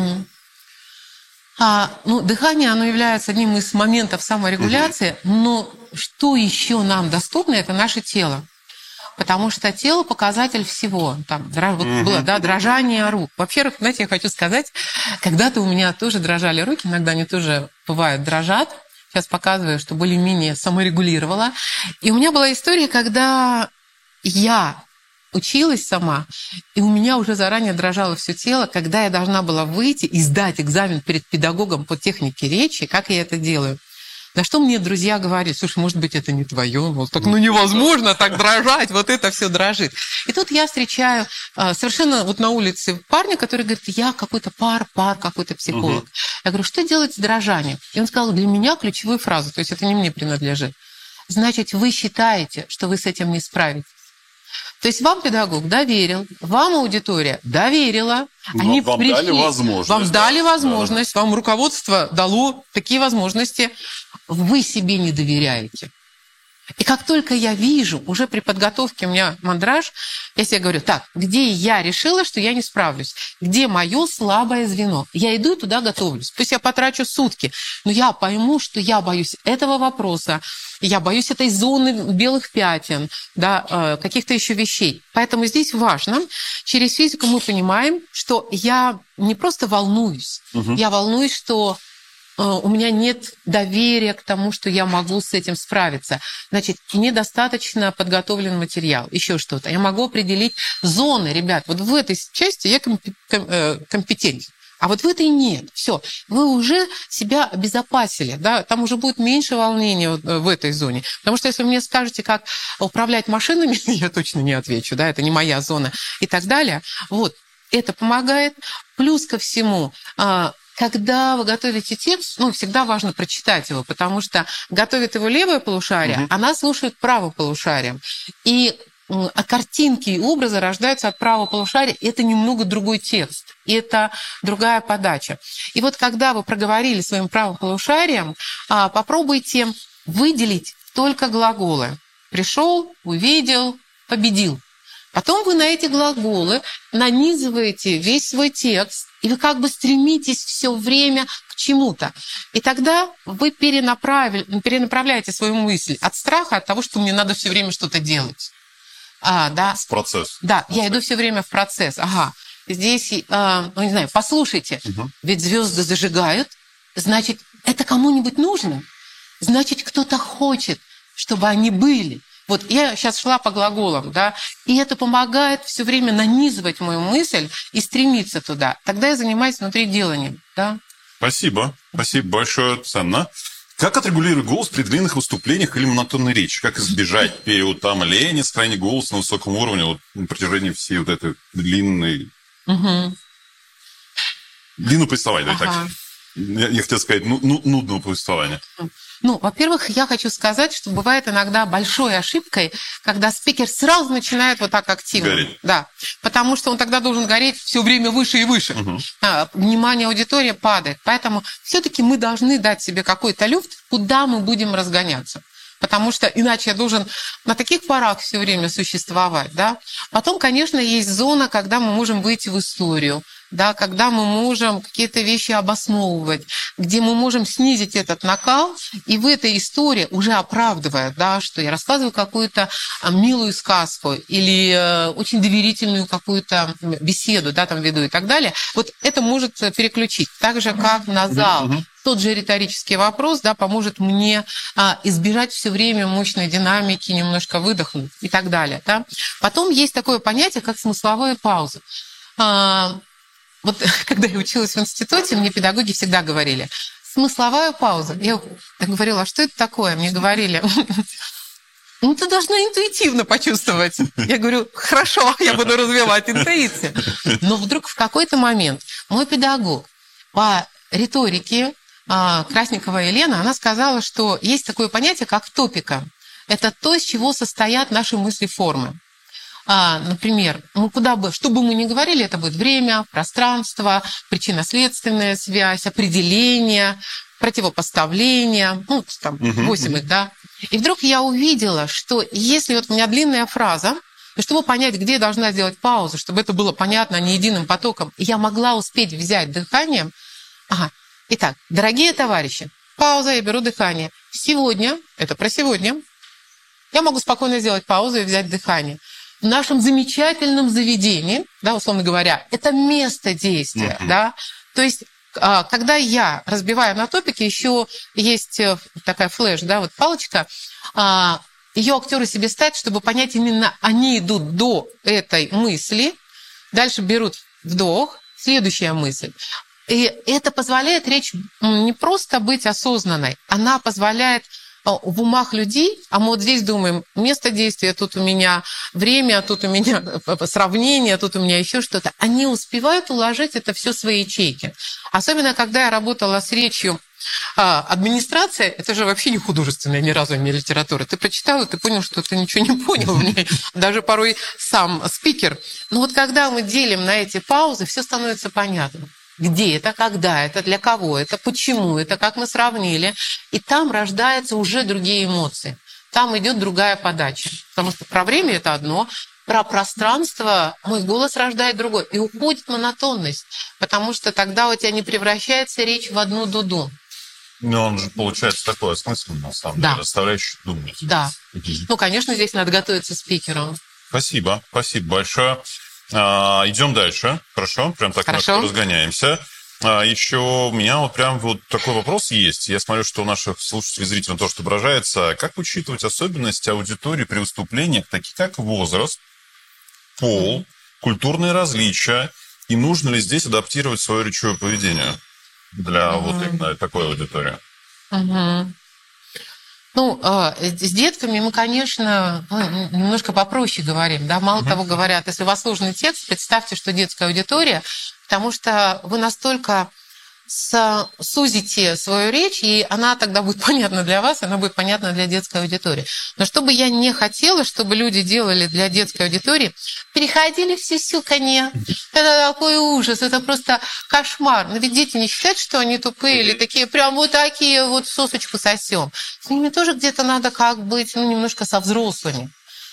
Дыхание, оно является одним из моментов саморегуляции, но что еще нам доступно, это наше тело. Потому что тело – показатель всего. Там было, да, дрожание рук. Во-первых, знаете, я хочу сказать, когда-то у меня тоже дрожали руки, иногда они тоже, бывают, дрожат. Сейчас показываю, что более-менее саморегулировала. И у меня была история, когда я училась сама, и у меня уже заранее дрожало все тело, когда я должна была выйти и сдать экзамен перед педагогом по технике речи, как я это делаю. На что мне друзья говорят: слушай, может быть, это не твое, невозможно так дрожать, вот это все дрожит. И тут я встречаю совершенно на улице парня, который говорит: я какой-то пар какой-то психолог. Я говорю: что делать с дрожанием? И он сказал для меня ключевую фразу, то есть это не мне принадлежит. Значит, вы считаете, что вы с этим не справитесь. То есть вам педагог доверил, вам аудитория доверила. Они вам дали возможность. Вам дали возможность, вам руководство дало такие возможности. Вы себе не доверяете. И как только я вижу, уже при подготовке у меня мандраж, я себе говорю: так, где я решила, что я не справлюсь? Где мое слабое звено? Я иду и туда готовлюсь. Пусть я потрачу сутки, но я пойму, что я боюсь этого вопроса, я боюсь этой зоны белых пятен, да, каких-то еще вещей. Поэтому здесь важно, через физику мы понимаем, что я не просто волнуюсь, я волнуюсь, что у меня нет доверия к тому, что я могу с этим справиться. Значит, мне достаточно подготовлен материал, еще что-то. Я могу определить зоны, ребят. Вот в этой части я компетентен. А вот в этой нет. Все. Вы уже себя обезопасили. Да? Там уже будет меньше волнения в этой зоне. Потому что если вы мне скажете, как управлять машинами, я точно не отвечу. Да? Это не моя зона и так далее. Вот. Это помогает. Плюс ко всему, когда вы готовите текст, всегда важно прочитать его, потому что готовит его левое полушарие, она слушает правым полушарием. А картинки и образы рождаются от правого полушария. Это немного другой текст. И это другая подача. И вот когда вы проговорили своим правым полушарием, попробуйте выделить только глаголы. Пришел, увидел, победил. Потом вы на эти глаголы нанизываете весь свой текст, и вы как бы стремитесь все время к чему-то. И тогда вы перенаправляете свою мысль от страха, от того, что мне надо все время что-то делать. Да. В процесс. Да, я иду все время в процесс. Ага. Здесь, не знаю, послушайте, ведь звезды зажигают, значит, это кому-нибудь нужно? Значит, кто-то хочет, чтобы они были. Вот я сейчас шла по глаголам, да, и это помогает все время нанизывать мою мысль и стремиться туда. Тогда я занимаюсь внутриделанием, да. Спасибо. Спасибо большое, ценно. Как отрегулировать голос при длинных выступлениях или монотонной речи? Как избежать переутомления, сохранить голос на высоком уровне вот, на протяжении всей вот этой длинной... Длинного повествования, так. Я хотел сказать, нудного повествования. Во-первых, я хочу сказать, что бывает иногда большой ошибкой, когда спикер сразу начинает вот так активно. Гореть. Да, потому что он тогда должен гореть все время выше и выше. Внимание аудитории падает. Поэтому все-таки мы должны дать себе какой-то люфт, куда мы будем разгоняться. Потому что иначе я должен на таких парах все время существовать. Да? Потом, конечно, есть зона, когда мы можем выйти в историю. Да, когда мы можем какие-то вещи обосновывать, где мы можем снизить этот накал, и в этой истории, уже оправдывая, да, что я рассказываю какую-то милую сказку или очень доверительную какую-то беседу, да, там веду и так далее, вот это может переключить. Так же, как на зал. Тот же риторический вопрос, да, поможет мне избежать все время мощной динамики, немножко выдохнуть и так далее. Да. Потом есть такое понятие, как смысловые паузы. Вот когда я училась в институте, мне педагоги всегда говорили: смысловая пауза. Я говорила: а что это такое? Мне говорили: ты должна интуитивно почувствовать. Я говорю: хорошо, я буду развивать интуицию. Но вдруг в какой-то момент мой педагог по риторике, Красникова Елена, она сказала, что есть такое понятие, как топика. Это то, из чего состоят наши мысли-формы. Например, что бы мы ни говорили, это будет время, пространство, причинно-следственная связь, определение, противопоставление, 8 их, да. И вдруг я увидела, что если вот у меня длинная фраза, и чтобы понять, где я должна сделать паузу, чтобы это было понятно не единым потоком, и я могла успеть взять дыхание. Итак, дорогие товарищи, пауза, я беру дыхание. Сегодня, это про сегодня, я могу спокойно сделать паузу и взять дыхание. В нашем замечательном заведении, да, условно говоря, это место действия, да, то есть когда я разбиваю на топике, еще есть такая флеш, да, вот палочка, ее актеры себе ставят, чтобы понять, именно они идут до этой мысли, дальше берут вдох, следующая мысль. И это позволяет речь не просто быть осознанной, она позволяет в умах людей, а мы вот здесь думаем, место действия, тут у меня время, тут у меня сравнение, тут у меня еще что-то. Они успевают уложить это все в свои ячейки. Особенно, когда я работала с речью администрация, это же вообще не художественная, ни разу не литература. Ты прочитал, и ты понял, что ты ничего не понял в ней. Даже порой сам спикер. Но вот когда мы делим на эти паузы, все становится понятно. Где это, когда это, для кого это, почему это, как мы сравнили. И там рождаются уже другие эмоции. Там идет другая подача. Потому что про время это одно, про пространство мой голос рождает другой. И уходит монотонность. Потому что тогда у тебя не превращается речь в одну дуду. Но он же получается такой осмысленный, на самом деле, заставляющий думать. Да. Конечно, здесь надо готовиться спикером. Спасибо большое. Идем дальше. Хорошо, прям так мы разгоняемся. Еще у меня вот прям вот такой вопрос есть. Я смотрю, что у наших слушателей и зрителей тоже отображается. Как учитывать особенности аудитории при выступлениях, такие как возраст, пол, культурные различия, и нужно ли здесь адаптировать свое речевое поведение для вот именно такой аудитории? Ну, с детками мы, конечно, немножко попроще говорим, да, мало того говорят, если у вас сложный текст, представьте, что детская аудитория, потому что вы настолько сузите свою речь, и она тогда будет понятна для вас, она будет понятна для детской аудитории. Но что бы я не хотела, чтобы люди делали для детской аудитории, переходили в сюсюканье. Это такой ужас, это просто кошмар. Но ведь дети не считают, что они тупые или такие, прям вот такие вот сосочку сосем. С ними тоже где-то надо как быть, немножко со взрослыми.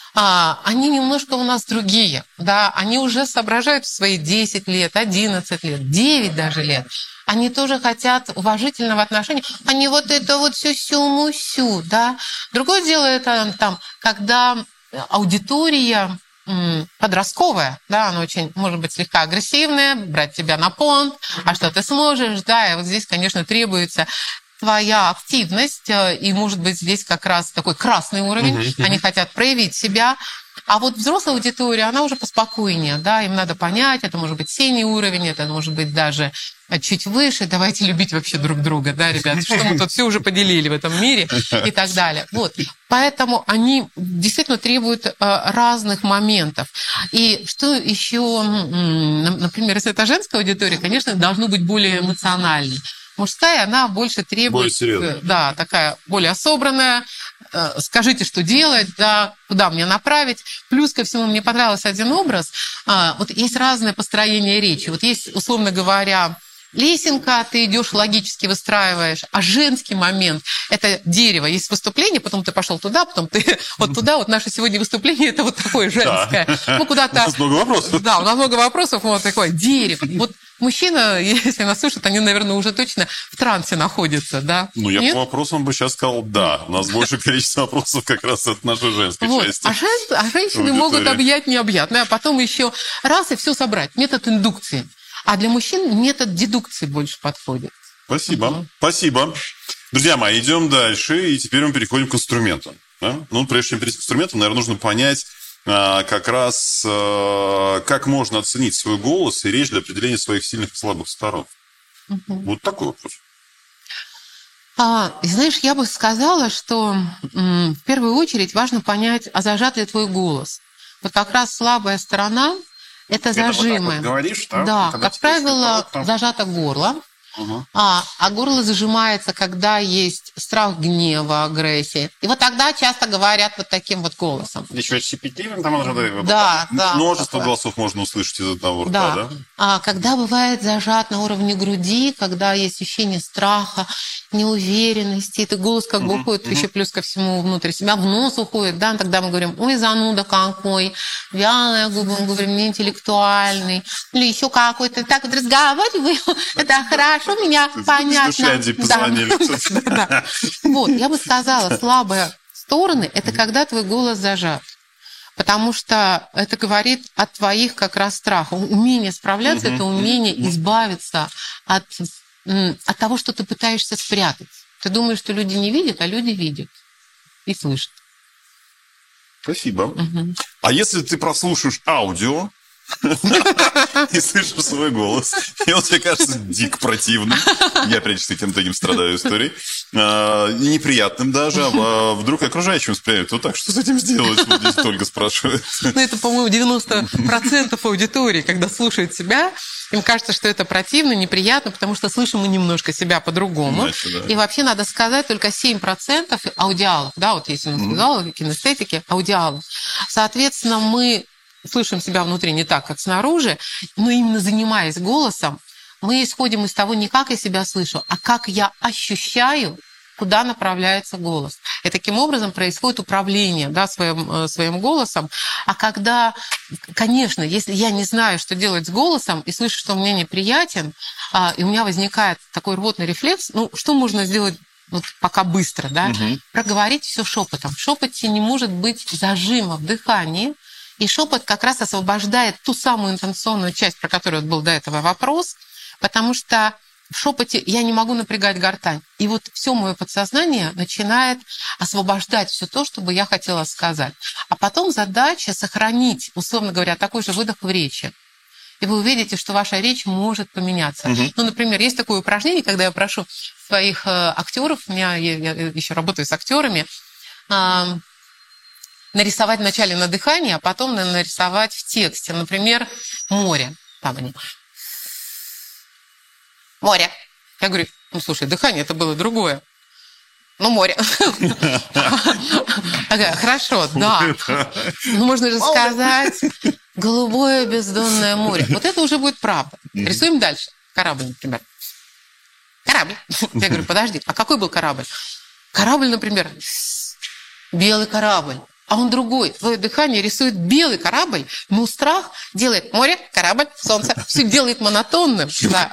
Они немножко у нас другие, да, они уже соображают в свои 10 лет, 11 лет, 9 даже лет. Они тоже хотят уважительного отношения. Они вот это вот сю-сю-мусю, да. Другое дело это там, когда аудитория подростковая, да, она очень, может быть, слегка агрессивная, брать тебя на понт, а что ты сможешь, да, и вот здесь, конечно, требуется твоя активность, и, может быть, здесь как раз такой красный уровень, они хотят проявить себя. А вот взрослая аудитория, она уже поспокойнее, да, им надо понять, это может быть синий уровень, это может быть даже чуть выше, давайте любить вообще друг друга, да, ребят, что мы тут все уже поделили в этом мире и так далее. Вот, поэтому они действительно требуют разных моментов. И что еще, например, если это женская аудитория, конечно, должно быть более эмоциональной. Мужская, она больше требует, да, такая более собранная. Скажите, что делать, да, куда мне направить. Плюс ко всему, мне понравился один образ. Вот есть разное построение речи. Вот есть, условно говоря, лесенка, ты идешь логически выстраиваешь, а женский момент – это дерево. Есть выступление, потом ты пошел туда, потом ты вот туда. Вот наше сегодня выступление – это вот такое женское. Да. Ну, куда-то... У нас много вопросов. Да, у нас много вопросов. Вот такое дерево. Вот мужчина, если нас слушают, они, наверное, уже точно в трансе находятся, да? Ну, я по вопросам бы сейчас сказал «да». У нас больше количество вопросов как раз от нашей женской части. А женщины могут объять необъятное, а потом еще раз и все собрать. Метод индукции. А для мужчин метод дедукции больше подходит. Спасибо. Спасибо. Друзья мои, идем дальше, и теперь мы переходим к инструментам. Да? Ну, прежде чем перейти к инструментам, наверное, нужно понять как раз, как можно оценить свой голос и речь для определения своих сильных и слабых сторон. Вот такой вопрос. И знаешь, я бы сказала, что в первую очередь важно понять, а зажат ли твой голос. Вот как раз слабая сторона – это зажимы. Вот так вот говоришь, да? Да, как правило, зажато горло. А горло зажимается, когда есть страх гнева, агрессии. И вот тогда часто говорят вот таким вот голосом. Еще щепетливым там можно... Да, да. Множество голосов можно услышать из одного рта, да? А когда бывает зажат на уровне груди, когда есть ощущение страха, неуверенности, и ты голос как бы уходит еще плюс ко всему внутрь себя, в нос уходит, да, тогда мы говорим, ой, зануда какой, вялая губа, мы говорим, неинтеллектуальный, или еще какой-то, так вот разговариваю, это хорошо, меня понятно. Да. Вот, я бы сказала, слабые стороны – это когда твой голос зажат. Потому что это говорит о твоих как раз страхах. Умение справляться – это умение избавиться от того, что ты пытаешься спрятать. Ты думаешь, что люди не видят, а люди видят и слышат. Спасибо. А если ты прослушаешь аудио и слышишь свой голос, и он тебе кажется дико противным, я периодически тем таким страдаю историей, неприятным даже, а вдруг окружающим воспринимают вот так, что с этим сделать? Вот здесь Ольга спрашивает. Ну, это, по-моему, 90% аудитории, когда слушает себя, им кажется, что это противно, неприятно, потому что слышим мы немножко себя по-другому. И вообще надо сказать, только 7% аудиалов, да, вот если мы сказали, кинестетики, аудиалов. Соответственно, мы слышим себя внутри не так, как снаружи, но именно занимаясь голосом, мы исходим из того, не как я себя слышу, а как я ощущаю, куда направляется голос. И таким образом происходит управление, да, своим голосом. А когда, конечно, если я не знаю, что делать с голосом, и слышу, что он мне неприятен, и у меня возникает такой рвотный рефлекс, ну, что можно сделать вот пока быстро, да? Проговорить все шепотом. В шепоте не может быть зажима в дыхании, и шепот как раз освобождает ту самую интонационную часть, про которую был до этого вопрос, потому что в шепоте я не могу напрягать гортань. И вот все мое подсознание начинает освобождать все то, что бы я хотела сказать. А потом задача сохранить, условно говоря, такой же выдох в речи. И вы увидите, что ваша речь может поменяться. Ну, например, есть такое упражнение, когда я прошу своих актеров, я еще работаю с актерами, нарисовать вначале на дыхании, а потом нарисовать в тексте. Например, море. Там они. Море. Я говорю, ну, слушай, дыхание это было другое. Ну, море. Хорошо, да. Ну, можно же сказать голубое бездонное море. Вот это уже будет правда. Рисуем дальше. Корабль, например. Корабль. Я говорю, подожди, а какой был корабль? Корабль, например, белый корабль. А он другой. Твое дыхание рисует белый корабль, но страх делает море, корабль, солнце. Все делает монотонным.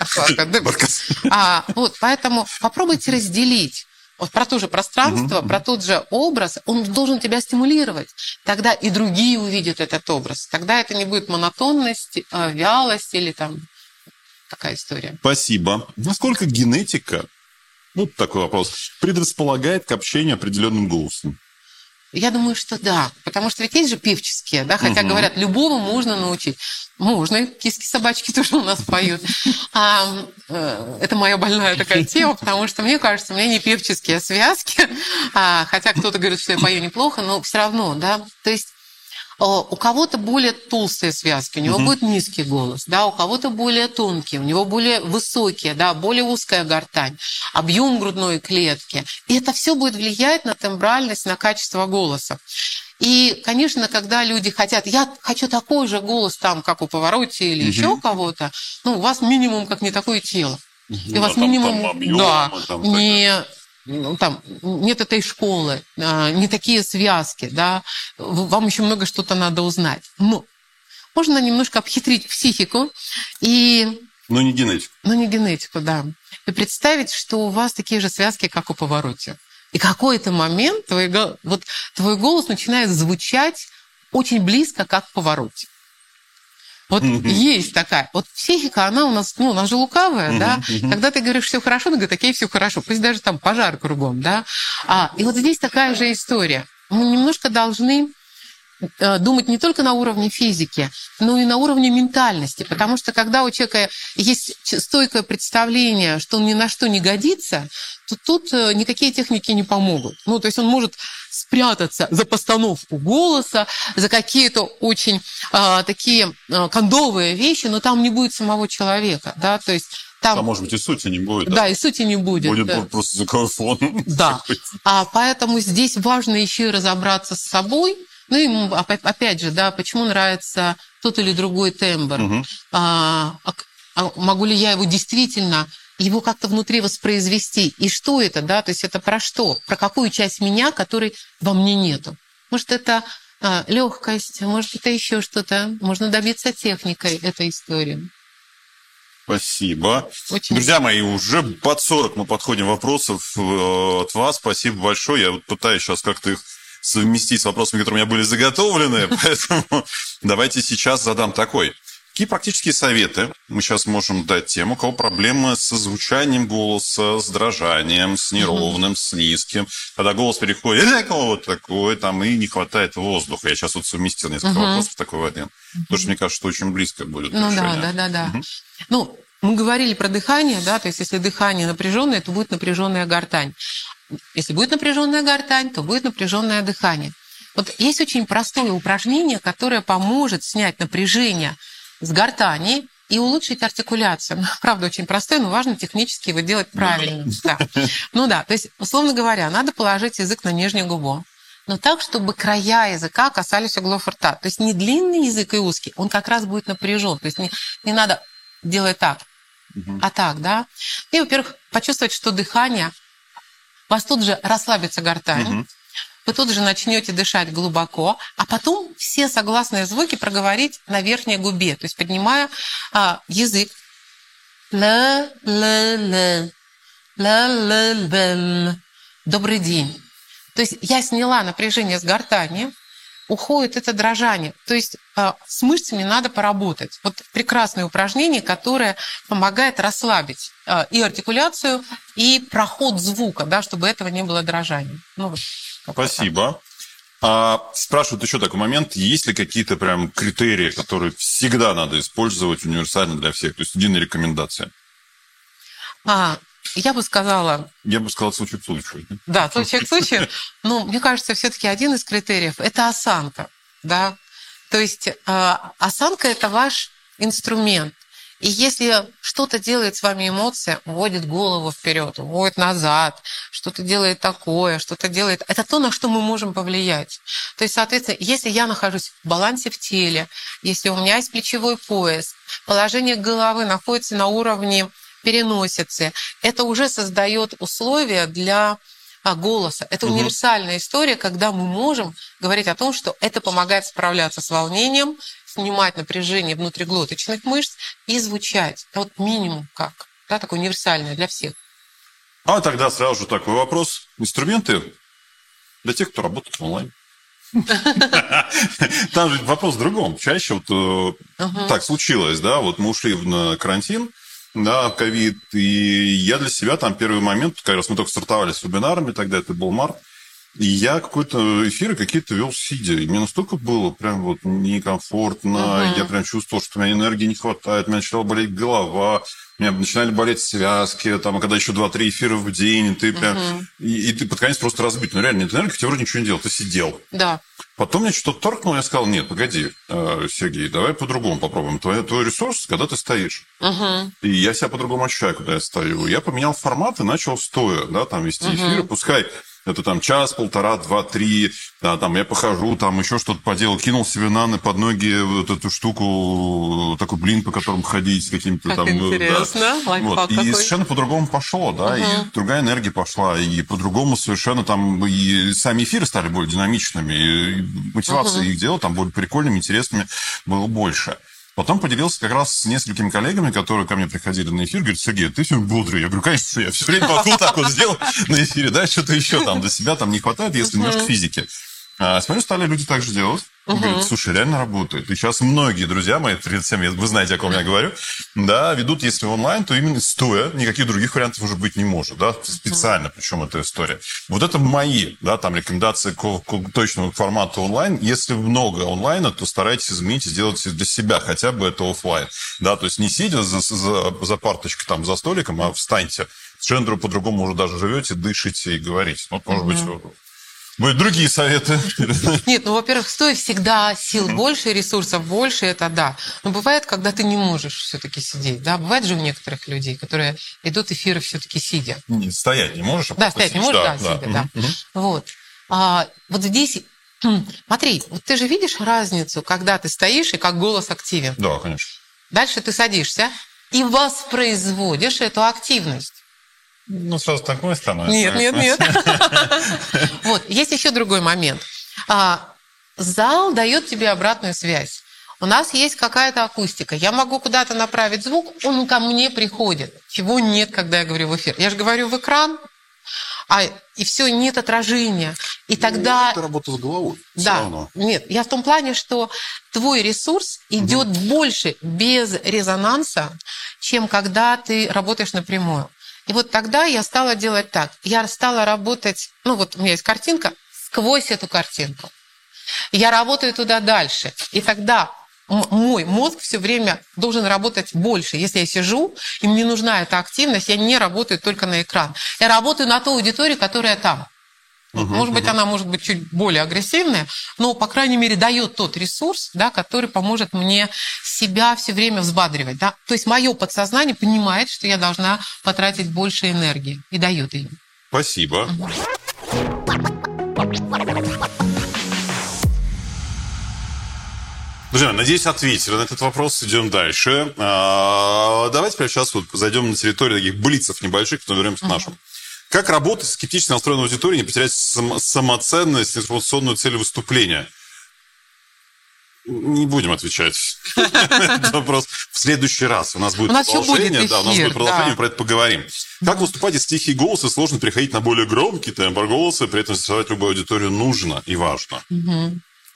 Вот, поэтому попробуйте разделить. Вот про то же пространство, про тот же образ, он должен тебя стимулировать. Тогда и другие увидят этот образ. Тогда это не будет монотонность, вялость или там такая история. Спасибо. Насколько генетика, вот такой вопрос, предрасполагает к общению определенным голосом? Я думаю, что да. Потому что ведь есть же певческие, да, хотя говорят, любого можно научить. Можно, киски собачки тоже у нас поют. Это моя больная такая тема, потому что мне кажется, у меня не певческие связки, хотя кто-то говорит, что я пою неплохо, но все равно, да. То есть у кого-то более толстые связки, у него будет низкий голос, да, у кого-то более тонкие, у него более высокие, да, более узкая гортань, объем грудной клетки. И это все будет влиять на тембральность, на качество голоса. И, конечно, когда люди хотят, я хочу такой же голос, там, как у Паваротти или еще кого-то, ну, у вас минимум как не такое тело. И у вас минимум, объем, да, нет этой школы, не такие связки, да, вам еще много что-то надо узнать. Но можно немножко обхитрить психику и... Но не генетику. Но не генетику, да. И представить, что у вас такие же связки, как у Паваротти. И какой-то момент твой голос начинает звучать очень близко, как в Паваротти. Вот есть такая. Вот психика, она у нас, она же лукавая, да. Когда ты говоришь, все хорошо, она говорит, окей, все хорошо. Пусть даже там пожар кругом, да. И вот здесь такая же история. Мы немножко должны думать не только на уровне физики, но и на уровне ментальности. Потому что когда у человека есть стойкое представление, что он ни на что не годится, то тут никакие техники не помогут. Ну, то есть он может спрятаться за постановку голоса, за какие-то очень такие кондовые вещи, но там не будет самого человека, да, то есть там... А может быть, и сути не будет. Да, и сути не будет. Будет просто звуковой фон. Да. Поэтому здесь важно еще и разобраться с собой. Ну и опять же, да, почему нравится тот или другой тембр. Могу ли я его действительно, его как-то внутри воспроизвести? И что это, да, то есть это про что? Про какую часть меня, которой во мне нету? Может, это легкость, может, это еще что-то. Можно добиться техникой этой истории. Спасибо. Друзья мои, уже под 40 мы подходим вопросов от вас. Спасибо большое. Я вот пытаюсь сейчас как-то их совместить с вопросами, которые у меня были заготовлены. Поэтому давайте сейчас задам такой. Какие практические советы мы сейчас можем дать тем, у кого проблемы со звучанием голоса, с дрожанием, с неровным, с низким, когда голос переходит вот такой, там, и не хватает воздуха. Я сейчас вот совместил несколько вопросов такой в один. Потому что мне кажется, что очень близко будет решение. Да. Ну, мы говорили про дыхание, да, то есть если дыхание напряженное, то будет напряженная гортань. Если будет напряженная гортань, то будет напряженное дыхание. Вот есть очень простое упражнение, которое поможет снять напряжение с гортани и улучшить артикуляцию. Правда, очень простое, но важно технически его делать правильно. То есть, условно говоря, надо положить язык на нижнюю губу, но так, чтобы края языка касались углов рта. То есть не длинный язык и узкий, он как раз будет напряжен. То есть не надо делать так, а так, да. И, во-первых, почувствовать, что дыхание... У вас тут же расслабится гортань, вы тут же начнете дышать глубоко, а потом все согласные звуки проговорить на верхней губе, то есть поднимая язык. Добрый день. То есть я сняла напряжение с гортани, уходит это дрожание. То есть с мышцами надо поработать. Вот прекрасное упражнение, которое помогает расслабить и артикуляцию, и проход звука, да, чтобы этого не было дрожания. Спасибо. Спрашивают еще такой момент. Есть ли какие-то прям критерии, которые всегда надо использовать универсально для всех? То есть единая рекомендация? Я бы сказала... случай к случаю. Да, случай к случаю. Но мне кажется, все-таки один из критериев – это осанка. Да? То есть осанка – это ваш инструмент. И если что-то делает с вами эмоция, уводит голову вперед, уводит назад, что-то делает такое, что-то делает... Это то, на что мы можем повлиять. То есть, соответственно, если я нахожусь в балансе в теле, если у меня есть плечевой пояс, положение головы находится на уровне переносицы, это уже создает условия для голоса. Это универсальная история, когда мы можем говорить о том, что это помогает справляться с волнением, снимать напряжение внутриглоточных мышц и звучать. Это вот минимум как. Да, такое универсальное для всех. Тогда сразу же такой вопрос. Инструменты для тех, кто работает онлайн. Там же вопрос в другом. Чаще так случилось, да, вот мы ушли на карантин, да, ковид, и я для себя там первый момент, как раз мы только стартовали с вебинарами, тогда это был март, и я какой-то эфиры какие-то вел сидя, и мне настолько было прям вот некомфортно, я прям чувствовал, что у меня энергии не хватает, у меня начала болеть голова, у меня начинали болеть связки, там, а когда еще 2-3 эфира в день, ты прям... И ты под конец просто разбит. Ну, реально, нет энергии, тебе вроде ничего не делал, ты сидел. Да. Потом мне что-то торкнуло, я сказал, нет, погоди, Сергей, давай по-другому попробуем. Твой ресурс, когда ты стоишь. И я себя по-другому ощущаю, когда я стою. Я поменял формат и начал стоя, да, там вести эфиры, пускай... Это там час, полтора, 2-3, да, там я похожу, там еще что-то поделал, кинул себе под ноги вот эту штуку, такой блин, по которому ходить с каким-то как там... интересно, да. Вот. И совершенно по-другому пошло, да, и другая энергия пошла, и по-другому совершенно там и сами эфиры стали более динамичными, и мотивация их делать там более прикольными, интересными было больше. Потом поделился как раз с несколькими коллегами, которые ко мне приходили на эфир, говорят, Сергей, ты сегодня бодрый. Я говорю, конечно, я все время могу так вот сделать на эфире, да, что-то еще там для себя там не хватает, если немножко физики. Смотрю, стали люди так же делать. Говорят, слушай, реально работает. И сейчас многие друзья мои, перед всем, вы знаете, о ком я говорю, да, ведут, если онлайн, то именно стоя, никаких других вариантов уже быть не может, да, специально, причем эта история. Вот это мои, да, там, рекомендации к точному формату онлайн. Если много онлайна, то старайтесь изменить и сделать для себя, хотя бы это офлайн, да, то есть не сидя за парточкой, там, за столиком, а встаньте. Совершенно по-другому уже даже живете, дышите и говорите. Вот, может быть, будут другие советы. Нет, во-первых, стоит всегда сил больше, ресурсов больше, это да. Но бывает, когда ты не можешь все-таки сидеть, да. Бывает же у некоторых людей, которые идут эфиры все-таки сидя. Нет, стоять не можешь, а да, стоять не можешь, да, сидя, да. Вот. Вот здесь, смотри, вот ты же видишь разницу, когда ты стоишь и как голос активен. Да, конечно. Дальше ты садишься и воспроизводишь эту активность. Ну, сразу такое становится. Нет. Вот, есть еще другой момент. Зал дает тебе обратную связь. У нас есть какая-то акустика. Я могу куда-то направить звук, он ко мне приходит. Чего нет, когда я говорю в эфир. Я же говорю в экран, и все, нет отражения. И тогда... Это работа с головой. Да, нет. Я в том плане, что твой ресурс идет больше без резонанса, чем когда ты работаешь напрямую. И вот тогда я стала делать так. Я стала работать, вот у меня есть картинка, сквозь эту картинку. Я работаю туда дальше. И тогда мой мозг все время должен работать больше. Если я сижу, и мне нужна эта активность, я не работаю только на экран. Я работаю на ту аудиторию, которая там. Может быть, она может быть чуть более агрессивная, но, по крайней мере, дает тот ресурс, да, который поможет мне себя все время взбадривать. Да? То есть мое подсознание понимает, что я должна потратить больше энергии и дает ее. Спасибо. Друзья, надеюсь, ответили на этот вопрос. Идем дальше. Давайте прямо сейчас зайдем на территорию таких блицев небольших, потом вернемся к нашим. Как работать с скептично настроенной аудиторией, не потерять самоценность, информационную цель выступления? Не будем отвечать на этот вопрос в следующий раз. У нас будет продолжение. Да, у нас будет продолжение, мы про это поговорим. Как выступать, если тихий голос и сложно переходить на более громкий тембр голоса, при этом заставлять любую аудиторию нужно и важно?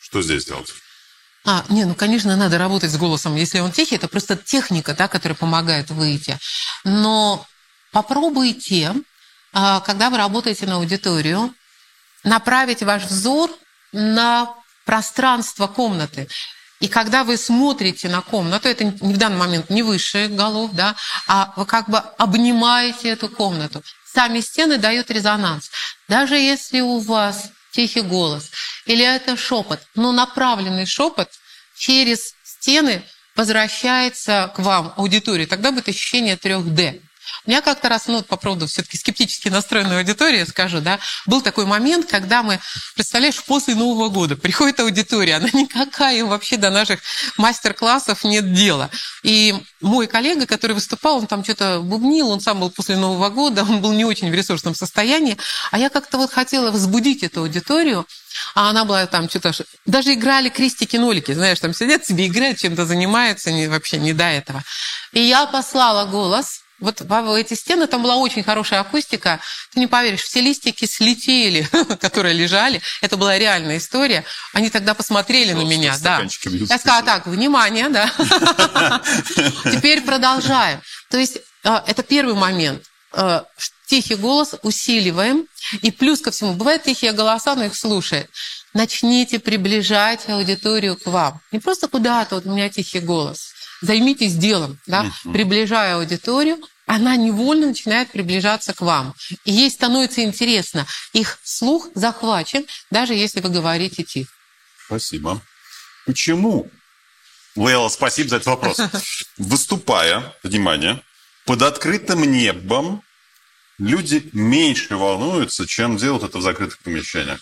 Что здесь делать? Конечно, надо работать с голосом. Если он тихий, это просто техника, да, которая помогает выйти. Но попробуйте, когда вы работаете на аудиторию, направить ваш взор на пространство комнаты. И когда вы смотрите на комнату, это в данный момент не выше голов, да, а вы как бы обнимаете эту комнату. Сами стены дают резонанс. Даже если у вас тихий голос или это шепот, но направленный шепот через стены возвращается к вам, аудитории. Тогда будет ощущение 3D. У меня как-то раз, по поводу все-таки скептически настроенной аудитории, скажу, да, был такой момент, когда мы, представляешь, после Нового года приходит аудитория, она никакая, им вообще до наших мастер-классов нет дела. И мой коллега, который выступал, он там что-то бубнил, он сам был после Нового года, он был не очень в ресурсном состоянии, а я как-то хотела возбудить эту аудиторию, а она была там что-то... Даже играли крестики-нолики, знаешь, там сидят себе, играют, чем-то занимаются, вообще не до этого. И я послала голос... Вот в эти стены, там была очень хорошая акустика. Ты не поверишь, все листики слетели, которые лежали. Это была реальная история. Они тогда посмотрели на меня. Да. Я сказала, так, внимание, да. Теперь продолжаем. То есть это первый момент. Тихий голос усиливаем. И плюс ко всему, бывают тихие голоса, но их слушает. Начните приближать аудиторию к вам. Не просто куда-то, вот у меня тихий голос. Займитесь делом, да, приближая аудиторию, она невольно начинает приближаться к вам. И ей становится интересно. Их слух захвачен, даже если вы говорите тихо. Спасибо. Почему? Лейла, спасибо за этот вопрос. Выступая, внимание, под открытым небом, люди меньше волнуются, чем делают это в закрытых помещениях.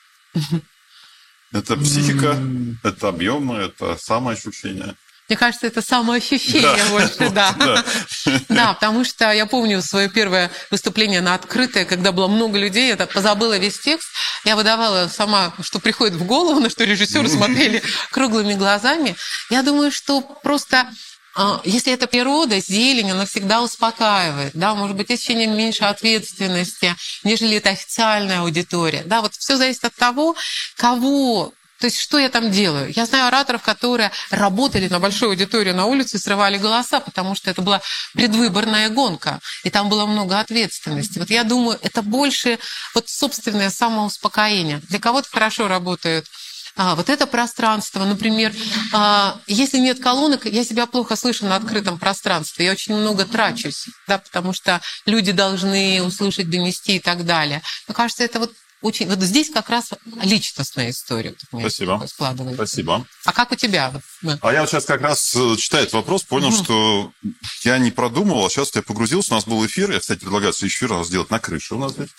Это психика, это объемы, это самоощущение. Мне кажется, это самоощущение больше, да. Да, потому что я помню свое первое выступление на открытое, когда было много людей, я позабыла весь текст, я выдавала сама, что приходит в голову, на что режиссеры смотрели круглыми глазами. Я думаю, что просто... Если это природа, зелень, она всегда успокаивает. Да? Может быть, ощущение меньше ответственности, нежели это официальная аудитория. Да? Вот все зависит от того, кого... То есть, что я там делаю? Я знаю ораторов, которые работали на большую аудиторию на улице и срывали голоса, потому что это была предвыборная гонка, и там было много ответственности. Вот я думаю, это больше собственное самоуспокоение. Для кого-то хорошо работает вот это пространство. Например, если нет колонок, я себя плохо слышу на открытом пространстве. Я очень много трачусь, да, потому что люди должны услышать, донести и так далее. Мне кажется, это очень... Вот здесь как раз личностная история. Спасибо. Спасибо. А как у тебя? А я сейчас как раз, читая этот вопрос, понял, что я не продумывал, а сейчас я погрузился. У нас был эфир. Я, кстати, предлагаю следующий эфир у нас сделать на крыше. У нас здесь.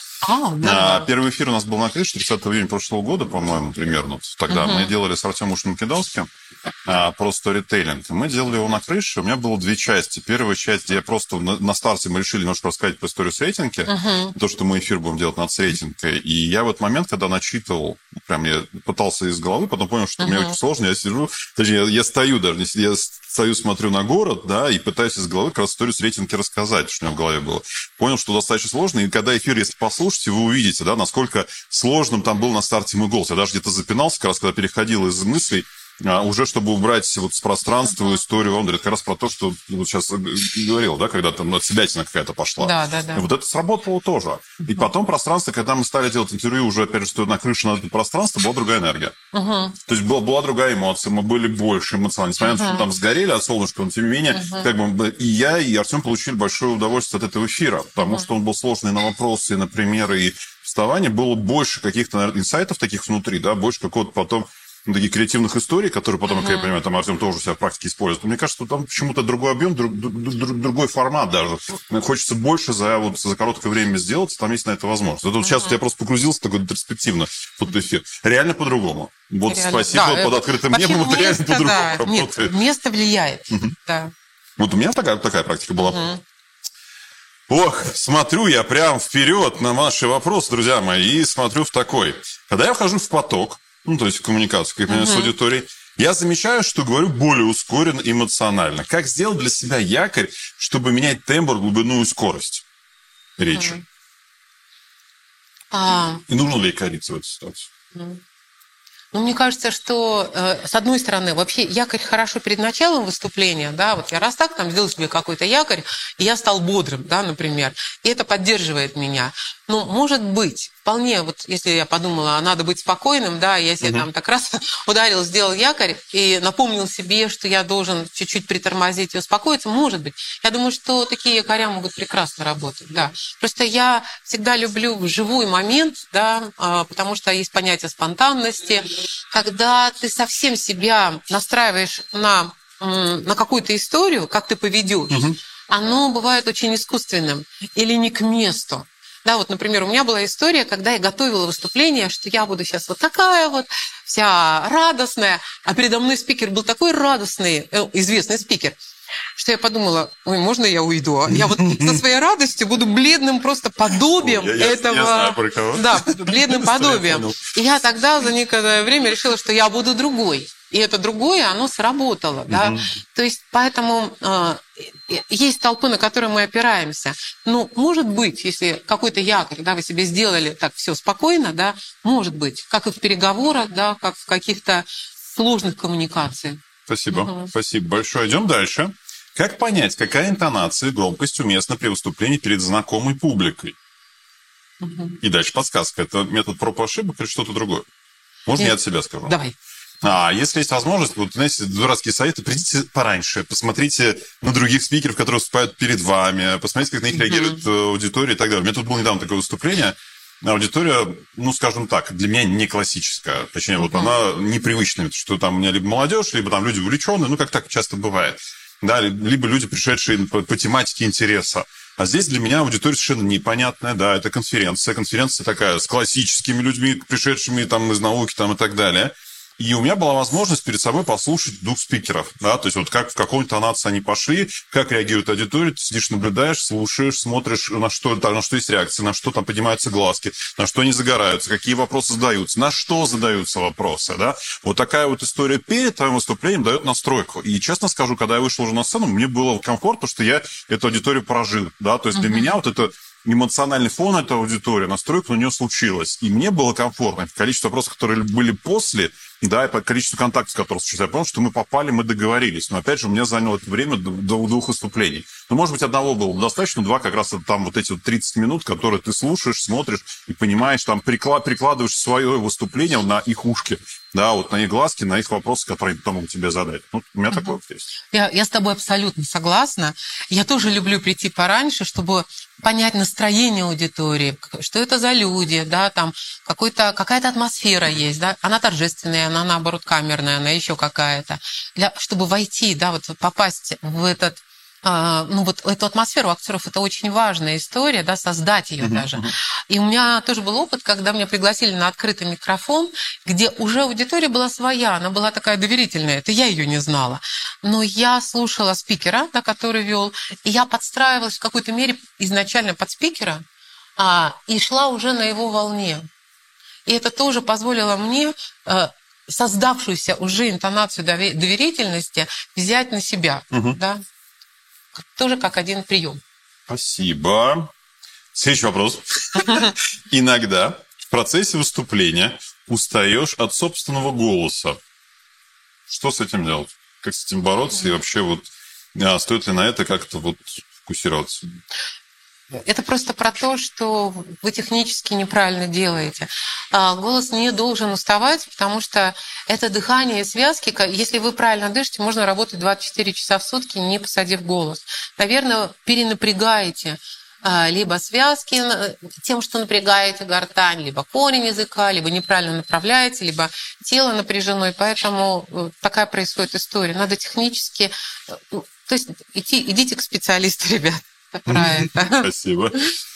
Первый эфир у нас был на крыше 30 июня прошлого года, по-моему, примерно. Тогда мы делали с Артемом Ушным-Македонским про сторителлинг. Мы делали его на крыше. У меня было две части. Первая часть, где я просто на старте мы решили немножко рассказать про историю с рейтинги. То, что мы эфир будем делать над рейтингом. И я в этот момент, когда начитывал, прям я пытался из головы, потом понял, что мне очень сложно. Я сижу, точнее, я стою даже, я стою, смотрю на город, да, и пытаюсь из головы как раз историю с рейтинги рассказать, что у меня в голове было. Понял, что достаточно сложно, и когда эфир, если послушаете, вы увидите, да, насколько сложным там был на старте мой голос. Я даже где-то запинался, как раз когда переходил из мыслей, уже чтобы убрать с пространства историю, он говорит как раз про то, что сейчас говорил, да, когда там отсебятина какая-то пошла. Да. Вот это сработало тоже. И потом пространство, когда мы стали делать интервью уже, опять же, что на крыше на это пространство, была другая энергия. То есть была другая эмоция, мы были больше эмоциональны. Несмотря на то, что там сгорели от солнышка, но тем не менее, как бы и я, и Артем получили большое удовольствие от этого эфира, потому что он был сложный на вопросы, на примеры и вставания. Было больше каких-то, наверное, инсайтов таких внутри, да, больше какого-то потом таких креативных историй, которые потом, как я понимаю, там Артем тоже у себя в практике использует. Мне кажется, что там почему-то другой объем, другой формат даже. Хочется больше за короткое время сделать, там есть на это возможность. Вот сейчас я просто погрузился такой ретроспективно под эфир. Реально по-другому. Вот реально. Спасибо, под открытым небом это реально по-другому работает. Нет, место влияет. Да. Вот у меня такая практика была. Ох, смотрю я прям вперед на ваши вопросы, друзья мои, и смотрю в такой. Когда я вхожу в поток, то есть в коммуникацию, как я с аудиторией, я замечаю, что говорю более ускоренно, эмоционально. Как сделать для себя якорь, чтобы менять тембр, глубину и скорость речи? И нужно ли якориться в эту ситуацию? Ну, мне кажется, что, с одной стороны, вообще якорь хорошо перед началом выступления, да, вот я раз так там сделал себе какой-то якорь, и я стал бодрым, да, например, и это поддерживает меня. Ну, может быть, вполне, вот если я подумала, надо быть спокойным, да, я себе там так раз ударил, сделал якорь и напомнил себе, что я должен чуть-чуть притормозить и успокоиться, может быть. Я думаю, что такие якоря могут прекрасно работать, да. Просто я всегда люблю живой момент, да, потому что есть понятие спонтанности, когда ты совсем себя настраиваешь на какую-то историю, как ты поведешь, оно бывает очень искусственным или не к месту. Да, вот, например, у меня была история, когда я готовила выступление, что я буду сейчас вот такая вот, вся радостная, а передо мной спикер был такой радостный, известный спикер, что я подумала, ой, можно я уйду? Я вот со своей радостью буду бледным просто подобием этого... Я знаю, про кого. Да, бледным подобием. И я тогда за некоторое время решила, что я буду другой. И это другое, оно сработало. Да? То есть, поэтому есть толпы, на которые мы опираемся. Но, может быть, если какой-то якорь, да, вы себе сделали так все спокойно, да, может быть, как и в переговорах, да, как в каких-то сложных коммуникациях. Спасибо. Спасибо большое. Идем дальше. Как понять, какая интонация и громкость уместна при выступлении перед знакомой публикой? И дальше подсказка. Это метод проб и ошибок или что-то другое? Можно я от себя скажу? Давай. Если есть возможность, вот, знаете, дурацкие советы, придите пораньше, посмотрите на других спикеров, которые выступают перед вами, посмотрите, как на них реагирует аудитория и так далее. У меня тут было недавно такое выступление. Аудитория, ну, скажем так, для меня не классическая. Точнее, вот она непривычная, что там у меня либо молодежь, либо там люди увлеченные, ну, как так часто бывает. Да, либо люди, пришедшие по тематике интереса. А здесь для меня аудитория совершенно непонятная, да, это конференция. Конференция такая с классическими людьми, пришедшими там из науки там, и так далее. И у меня была возможность перед собой послушать двух спикеров, да, то есть вот как в какой интонации они пошли, как реагирует аудитория, ты сидишь, наблюдаешь, слушаешь, смотришь, на что есть реакция, на что там поднимаются глазки, на что они загораются, какие вопросы задаются, на что задаются вопросы, да. Вот такая вот история перед твоим выступлением дает настройку. И честно скажу, когда я вышел уже на сцену, мне было комфортно, что я эту аудиторию прожил, да, то есть для меня вот это эмоциональный фон этой аудитории, настройка на нее случилась. И мне было комфортно. Количество вопросов, которые были после, да, и по количеству контактов, которые случились, я понял, что мы попали, мы договорились. Но, опять же, у меня заняло это время до двух выступлений. Ну, может быть, одного было достаточно, два как раз это там вот эти вот 30 минут, которые ты слушаешь, смотришь и понимаешь, там прикладываешь свое выступление на их ушки, да, вот на их глазки, на их вопросы, которые потом могут тебе задать. Ну, у меня такое вот есть. Я с тобой абсолютно согласна. Я тоже люблю прийти пораньше, чтобы понять настроение аудитории, что это за люди, да, там какая-то атмосфера есть, да, она торжественная, она, наоборот, камерная, она еще какая-то. Чтобы войти, да, вот попасть в этот... Ну, вот эту атмосферу актеров это очень важная история, да, создать ее даже. И у меня тоже был опыт, когда меня пригласили на открытый микрофон, где уже аудитория была своя, она была такая доверительная, это я ее не знала. Но я слушала спикера, да, который вел, и я подстраивалась в какой-то мере изначально под спикера и шла уже на его волне. И это тоже позволило мне создавшуюся уже интонацию доверительности взять на себя, да. Тоже как один прием. Спасибо. Следующий вопрос. Иногда в процессе выступления устаешь от собственного голоса. Что с этим делать? Как с этим бороться? И вообще вот стоит ли на это как-то вот фокусироваться? Это просто про то, что вы технически неправильно делаете. Голос не должен уставать, потому что это дыхание и связки. Если вы правильно дышите, можно работать 24 часа в сутки, не посадив голос. Наверное, перенапрягаете либо связки тем, что напрягаете гортань, либо корень языка, либо неправильно направляете, либо тело напряжено. И поэтому такая происходит история. Надо технически... То есть идите к специалисту, ребят. Спасибо.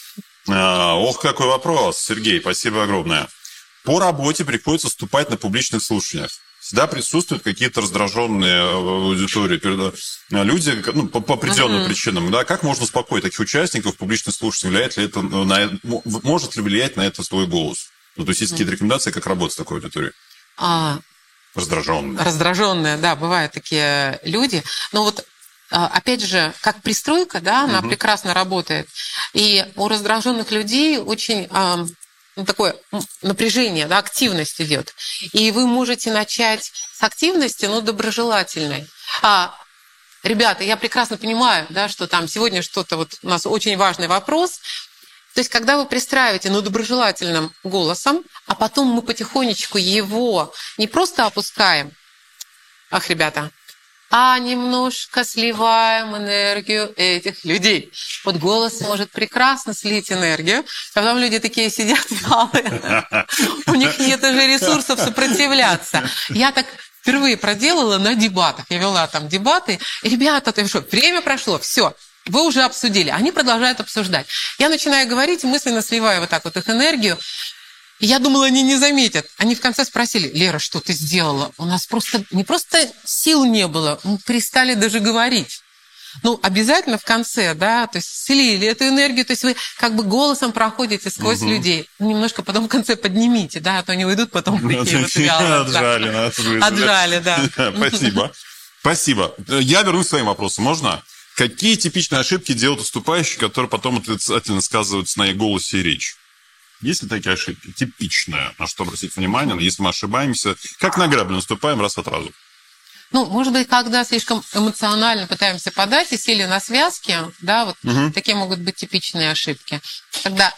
Ох, какой вопрос, Сергей, спасибо огромное. По работе приходится выступать на публичных слушаниях. Всегда присутствуют какие-то раздраженные аудитории, люди, ну, по определенным причинам. Да? Как можно успокоить таких участников в публичных слушаниях? Может ли влиять на это свой голос? Ну, то есть есть какие-то рекомендации, как работать с такой аудиторией? Раздраженные. Раздраженные, да, бывают такие люди. Но вот опять же, как пристройка, да, она прекрасно работает. И у раздраженных людей очень такое напряжение, да, активность идет. И вы можете начать с активности, но доброжелательной. Ребята, я прекрасно понимаю, да, что там сегодня что-то, вот у нас очень важный вопрос. То есть, когда вы пристраиваете, но доброжелательным голосом, а потом мы потихонечку его не просто опускаем, ребята, а немножко сливаем энергию этих людей. Вот голос может прекрасно слить энергию, а потом люди такие сидят вялые, у них нет уже ресурсов сопротивляться. Я так впервые проделала на дебатах. Я вела там дебаты. Ребята, ты что, время прошло, все. Вы уже обсудили. Они продолжают обсуждать. Я начинаю говорить, мысленно сливаю вот так вот их энергию. И я думала, они не заметят. Они в конце спросили: Лера, что ты сделала? У нас просто не просто сил не было, мы перестали даже говорить. Ну, обязательно в конце, да, то есть слили эту энергию, то есть вы как бы голосом проходите сквозь людей. Немножко потом в конце поднимите, да, а то они уйдут потом такие вот вялые. Отжали, да. Спасибо. Спасибо. Я вернусь к своим вопросам. Можно? Какие типичные ошибки делают выступающие, которые потом отрицательно сказываются на их голосе и речи? Есть ли такие ошибки? Типичные, на что обратить внимание, если мы ошибаемся, как на грабли наступаем раз от разу? Ну, может быть, когда слишком эмоционально пытаемся подать и сели на связки, да, вот такие могут быть типичные ошибки. Когда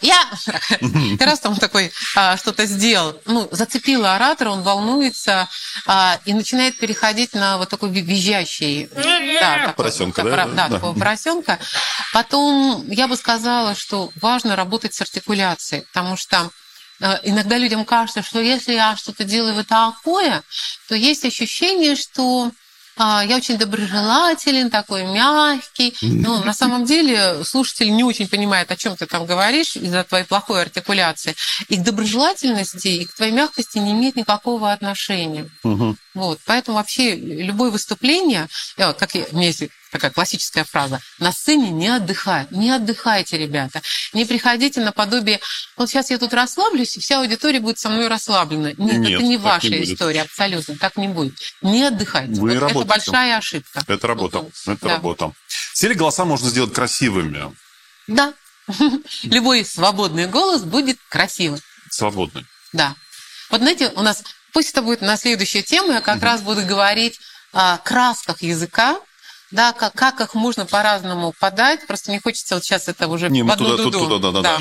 ты раз там такой что-то сделал, ну, зацепила оратора, он волнуется и начинает переходить на вот такой визжащий... Поросенка, да? Да, такого поросенка. Потом я бы сказала, что важно работать с артикуляцией, потому что иногда людям кажется, что если я что-то делаю вот такое, то есть ощущение, что я очень доброжелателен, такой мягкий. Но на самом деле слушатель не очень понимает, о чем ты там говоришь из-за твоей плохой артикуляции. И к доброжелательности, и к твоей мягкости не имеет никакого отношения. Вот. Поэтому вообще любое выступление, как у меня есть такая классическая фраза: на сцене не отдыхай. Не отдыхайте, ребята. Не приходите наподобие: вот сейчас я тут расслаблюсь, и вся аудитория будет со мной расслаблена. Нет, это не ваша история, абсолютно. Так не будет. Не отдыхайте. Вот это большая ошибка. Это работа. Это работа. Все ли голоса можно сделать красивыми? Да. Любой свободный голос будет красивым. Свободный. Да. Вот знаете, у нас, пусть это будет на следующую тему, я как раз буду говорить о красках языка, да, как их можно по-разному подать. Просто не хочется вот сейчас это уже в одну дуду. Да.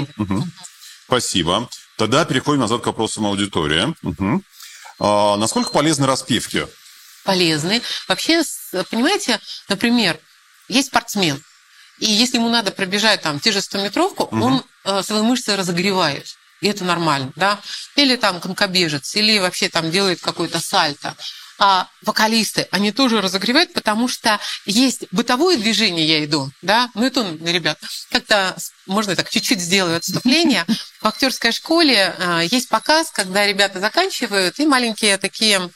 Спасибо. Тогда переходим назад к вопросам аудитории. Насколько полезны распевки? Полезны. Вообще, понимаете, например, есть спортсмен, и если ему надо пробежать там те же 100-метровку, он свои мышцы разогревает. И это нормально, да? Или там конькобежец, или вообще там делает какое-то сальто. А вокалисты, они тоже разогревают, потому что есть бытовое движение, я иду, да, ну это, ребят, как-то можно так чуть-чуть сделаю отступление. В актерской школе есть показ, когда ребята заканчивают, и маленькие такие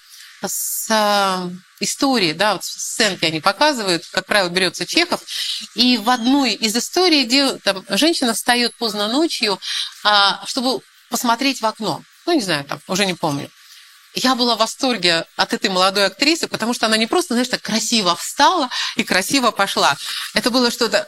с истории, да, вот сценки они показывают, как правило, берется Чехов, и в одной из историй там, женщина встает поздно ночью, чтобы посмотреть в окно. Ну, не знаю, там, уже не помню. Я была в восторге от этой молодой актрисы, потому что она не просто, знаешь, так красиво встала и красиво пошла. Это было что-то...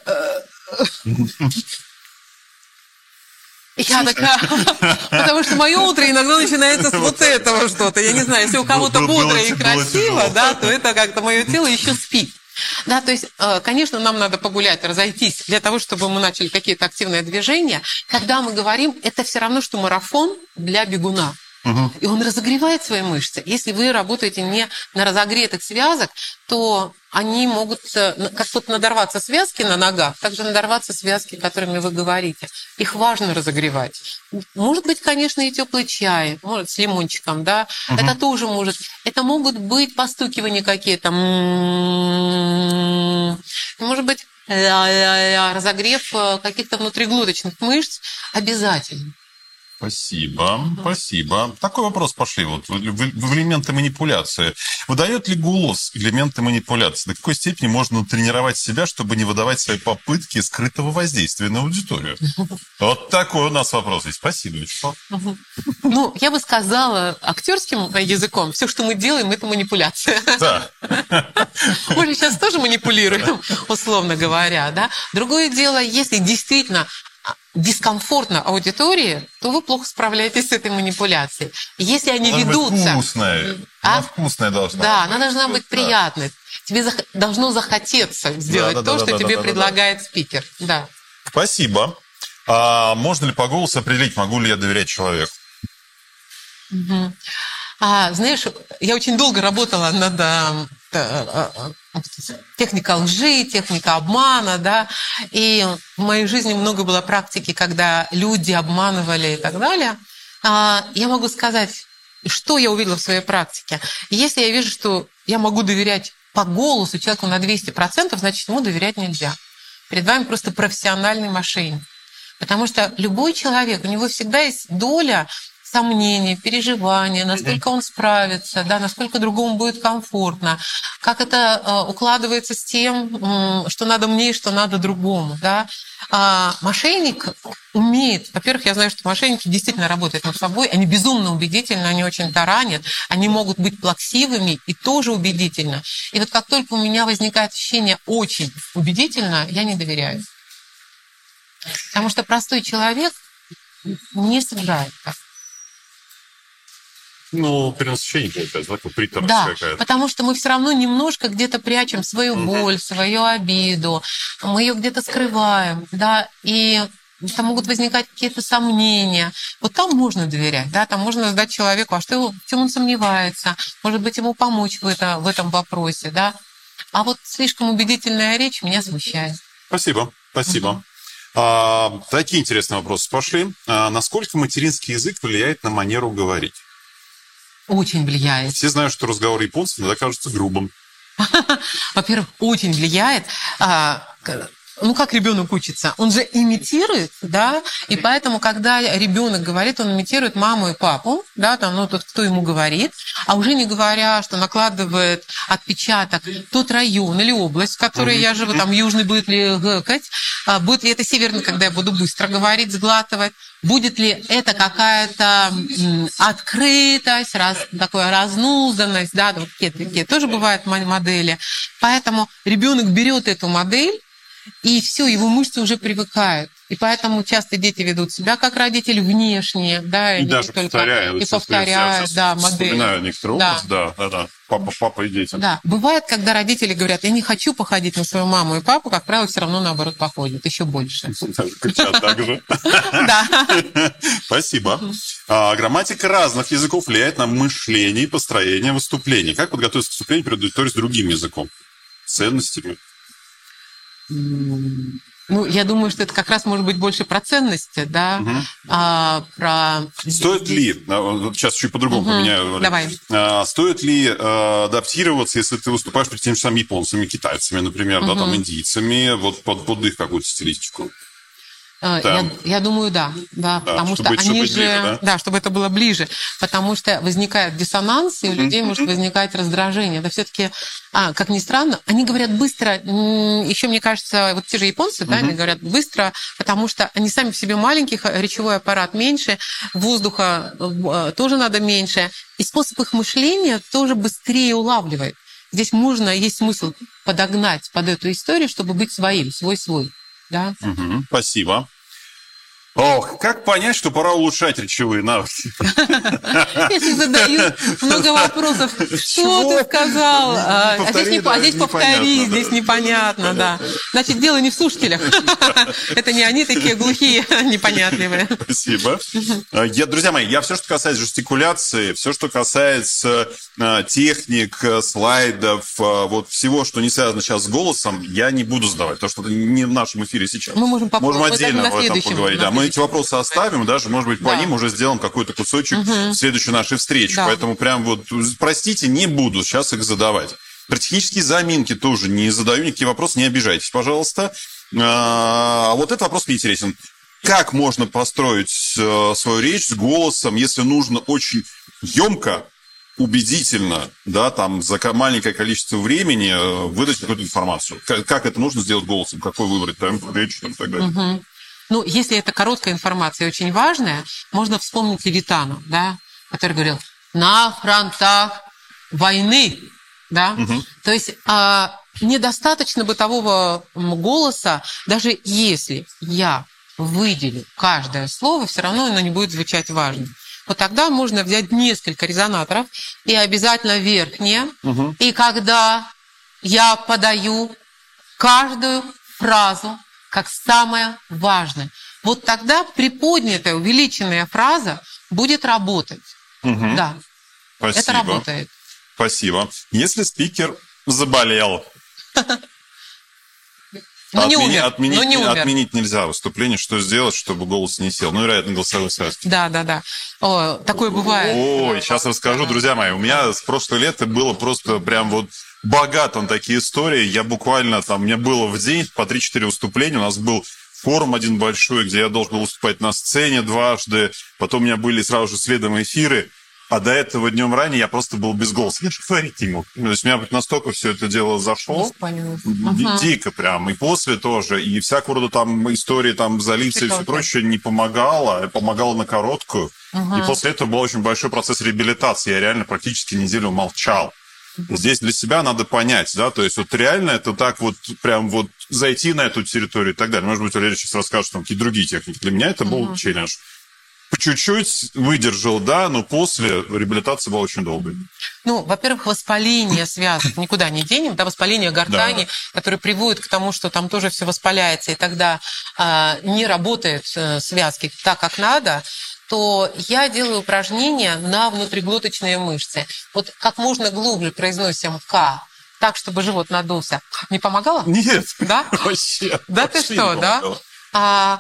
Я такая... Потому что мое утро иногда начинается с вот этого что-то. Я не знаю, если у кого-то бодро и красиво, да, то это как-то мое тело еще спит. Да, то есть, конечно, нам надо погулять, разойтись для того, чтобы мы начали какие-то активные движения. Когда мы говорим, это все равно, что марафон для бегуна. И он разогревает свои мышцы. Если вы работаете не на разогретых связок, то они могут, как вот надорваться связки на ногах, также надорваться связки, которыми вы говорите. Их важно разогревать. Может быть, конечно, и теплый чай, может, с лимончиком, да. Это тоже может. Это могут быть постукивания какие-то. Может быть, разогрев каких-то внутриглоточных мышц обязательно. Спасибо, спасибо. Такой вопрос пошли. Вот в элементы манипуляции. Выдает ли голос элементы манипуляции? До какой степени можно тренировать себя, чтобы не выдавать свои попытки скрытого воздействия на аудиторию? Вот такой у нас вопрос есть. Спасибо, Вячеслав. Ну, я бы сказала актерским языком, все, что мы делаем, это манипуляция. Да. Мы же сейчас тоже манипулируем, условно говоря, да. Другое дело, если действительно дискомфортно аудитории, то вы плохо справляетесь с этой манипуляцией. Если они ведутся... Вкусная должна быть. Да, она должна быть приятной. Тебе должно захотеться сделать то, что тебе предлагает спикер. Да. Спасибо. А можно ли по голосу определить, могу ли я доверять человеку? Знаешь, я очень долго работала над техникой лжи, техникой обмана, да, и в моей жизни много было практики, когда люди обманывали и так далее. Я могу сказать, что я увидела в своей практике. Если я вижу, что я могу доверять по голосу человеку на 200%, значит, ему доверять нельзя. Перед вами просто профессиональный мошенник. Потому что любой человек, у него всегда есть доля сомнения, переживания, насколько он справится, да, насколько другому будет комфортно, как это укладывается с тем, что надо мне и что надо другому. Да. Мошенник умеет, во-первых, я знаю, что мошенники действительно работают над собой, они безумно убедительны, они очень таранят, они могут быть плаксивыми и тоже убедительно. И вот как только у меня возникает ощущение очень убедительно, я не доверяю. Потому что простой человек не сыграет так. Перенасыщение получается, такая приторность какая-то. Потому что мы все равно немножко где-то прячем свою боль, свою обиду, мы ее где-то скрываем, да, и там могут возникать какие-то сомнения. Вот там можно доверять, да, там можно задать человеку, в чем он сомневается, может быть, ему помочь в этом вопросе, да. А вот слишком убедительная речь меня смущает. Спасибо. Такие интересные вопросы пошли. Насколько материнский язык влияет на манеру говорить? Очень влияет. Все знают, что разговор японцев иногда кажется грубым. Во-первых, очень влияет. Как ребенок учится? Он же имитирует, да, и поэтому, когда ребенок говорит, он имитирует маму и папу, да, тот, кто ему говорит, а уже не говоря, что накладывает отпечаток тот район или область, в которой я живу, там южный будет ли гэкать, будет ли это северный, когда я буду быстро говорить, сглатывать, будет ли это какая-то открытость, такая разнузданность, да, такие тоже бывают модели. Поэтому ребенок берет эту модель, и все, его мышцы уже привыкают. И поэтому часто дети ведут себя как родители внешние, да, и даже повторяют, да, модель. Вспоминаю некоторые области, да. Папа и дети. Да, бывает, когда родители говорят, я не хочу походить на свою маму и папу, как правило, все равно наоборот походят, еще больше. Кричат так же. Да. Спасибо. Грамматика разных языков влияет на мышление и построение выступлений. Как подготовиться к выступлению перед аудиторией с другим языком? Ценностями? Я думаю, что это как раз может быть больше про ценности, да. Стоит ли, сейчас чуть по-другому поменяю. Давай. Стоит ли адаптироваться, если ты выступаешь перед теми же самыми японцами, китайцами, например, да, там, индийцами, вот под их какую-то стилистику? Я думаю, да, потому что они же... Да, чтобы это было ближе, потому что возникает диссонанс, и у людей может возникать раздражение. Это все-таки, как ни странно, они говорят быстро, еще, мне кажется, вот те же японцы, да, они говорят быстро, потому что они сами в себе маленькие, речевой аппарат меньше, воздуха тоже надо меньше, и способ их мышления тоже быстрее улавливает. Здесь есть смысл подогнать под эту историю, чтобы быть своим, свой. Да? Спасибо. Как понять, что пора улучшать речевые навыки? Если задают много вопросов, что ты сказал? Здесь повтори, здесь непонятно, да. Значит, дело не в слушателях. Это не они такие глухие, непонятливые. Спасибо. Друзья мои, я все, что касается жестикуляции, все, что касается техник, слайдов, вот всего, что не связано сейчас с голосом, я не буду задавать, потому что это не в нашем эфире сейчас. Мы можем отдельно об этом поговорить. Мы эти вопросы оставим, даже, может быть, по ним уже сделаем какой-то кусочек в следующей нашей встрече. Да. Поэтому прям простите, не буду сейчас их задавать. Про технические заминки тоже не задаю никакие вопросы, не обижайтесь, пожалуйста. Вот этот вопрос мне интересен. Как можно построить свою речь с голосом, если нужно очень емко, убедительно, да, там, за маленькое количество времени выдать какую-то информацию? Как это нужно сделать голосом? Какой выбрать темп речи и так далее? Если это короткая информация, очень важная, можно вспомнить Левитана, да, который говорил, на фронтах войны, да, то есть недостаточно бытового голоса, даже если я выделю каждое слово, все равно оно не будет звучать важно. Вот тогда можно взять несколько резонаторов, и обязательно верхние. И когда я подаю каждую фразу как самое важное, вот тогда приподнятая, увеличенная фраза будет работать. Да, спасибо. Это работает. Спасибо. Если спикер заболел, отменить нельзя выступление, что сделать, чтобы голос не сел? Ну, вероятно, голосовой связки. Да. О, такое бывает. Ой, сейчас расскажу, друзья мои. У меня с прошлого лета было просто прям вот богато на такие истории. Я буквально там, у меня было в день по 3-4 выступления. У нас был форум один большой, где я должен был выступать на сцене дважды. Потом у меня были сразу же следом эфиры. А до этого днем ранее я просто был без голоса. Я же говорить не мог. То есть у меня настолько все это дело зашло. Дико прям. И после тоже. И всякого рода там истории там залиться и все прочее не помогало. Помогало на короткую. И после этого был очень большой процесс реабилитации. Я реально практически неделю молчал. Здесь для себя надо понять, да, то есть вот реально это так вот прям вот зайти на эту территорию и так далее. Может быть, Валерий сейчас расскажет там какие-то другие техники. Для меня это был челлендж. По чуть-чуть выдержал, да, но после реабилитация была очень долгой. Ну, во-первых, воспаление связок никуда не денем, да, воспаление гортани, которое приводит к тому, что там тоже все воспаляется, и тогда не работают связки так, как надо, то я делаю упражнения на внутриглоточные мышцы. Вот как можно глубже произносим «к», так, чтобы живот надулся. Не помогало? Нет. Да? Вообще. Да ты что, да?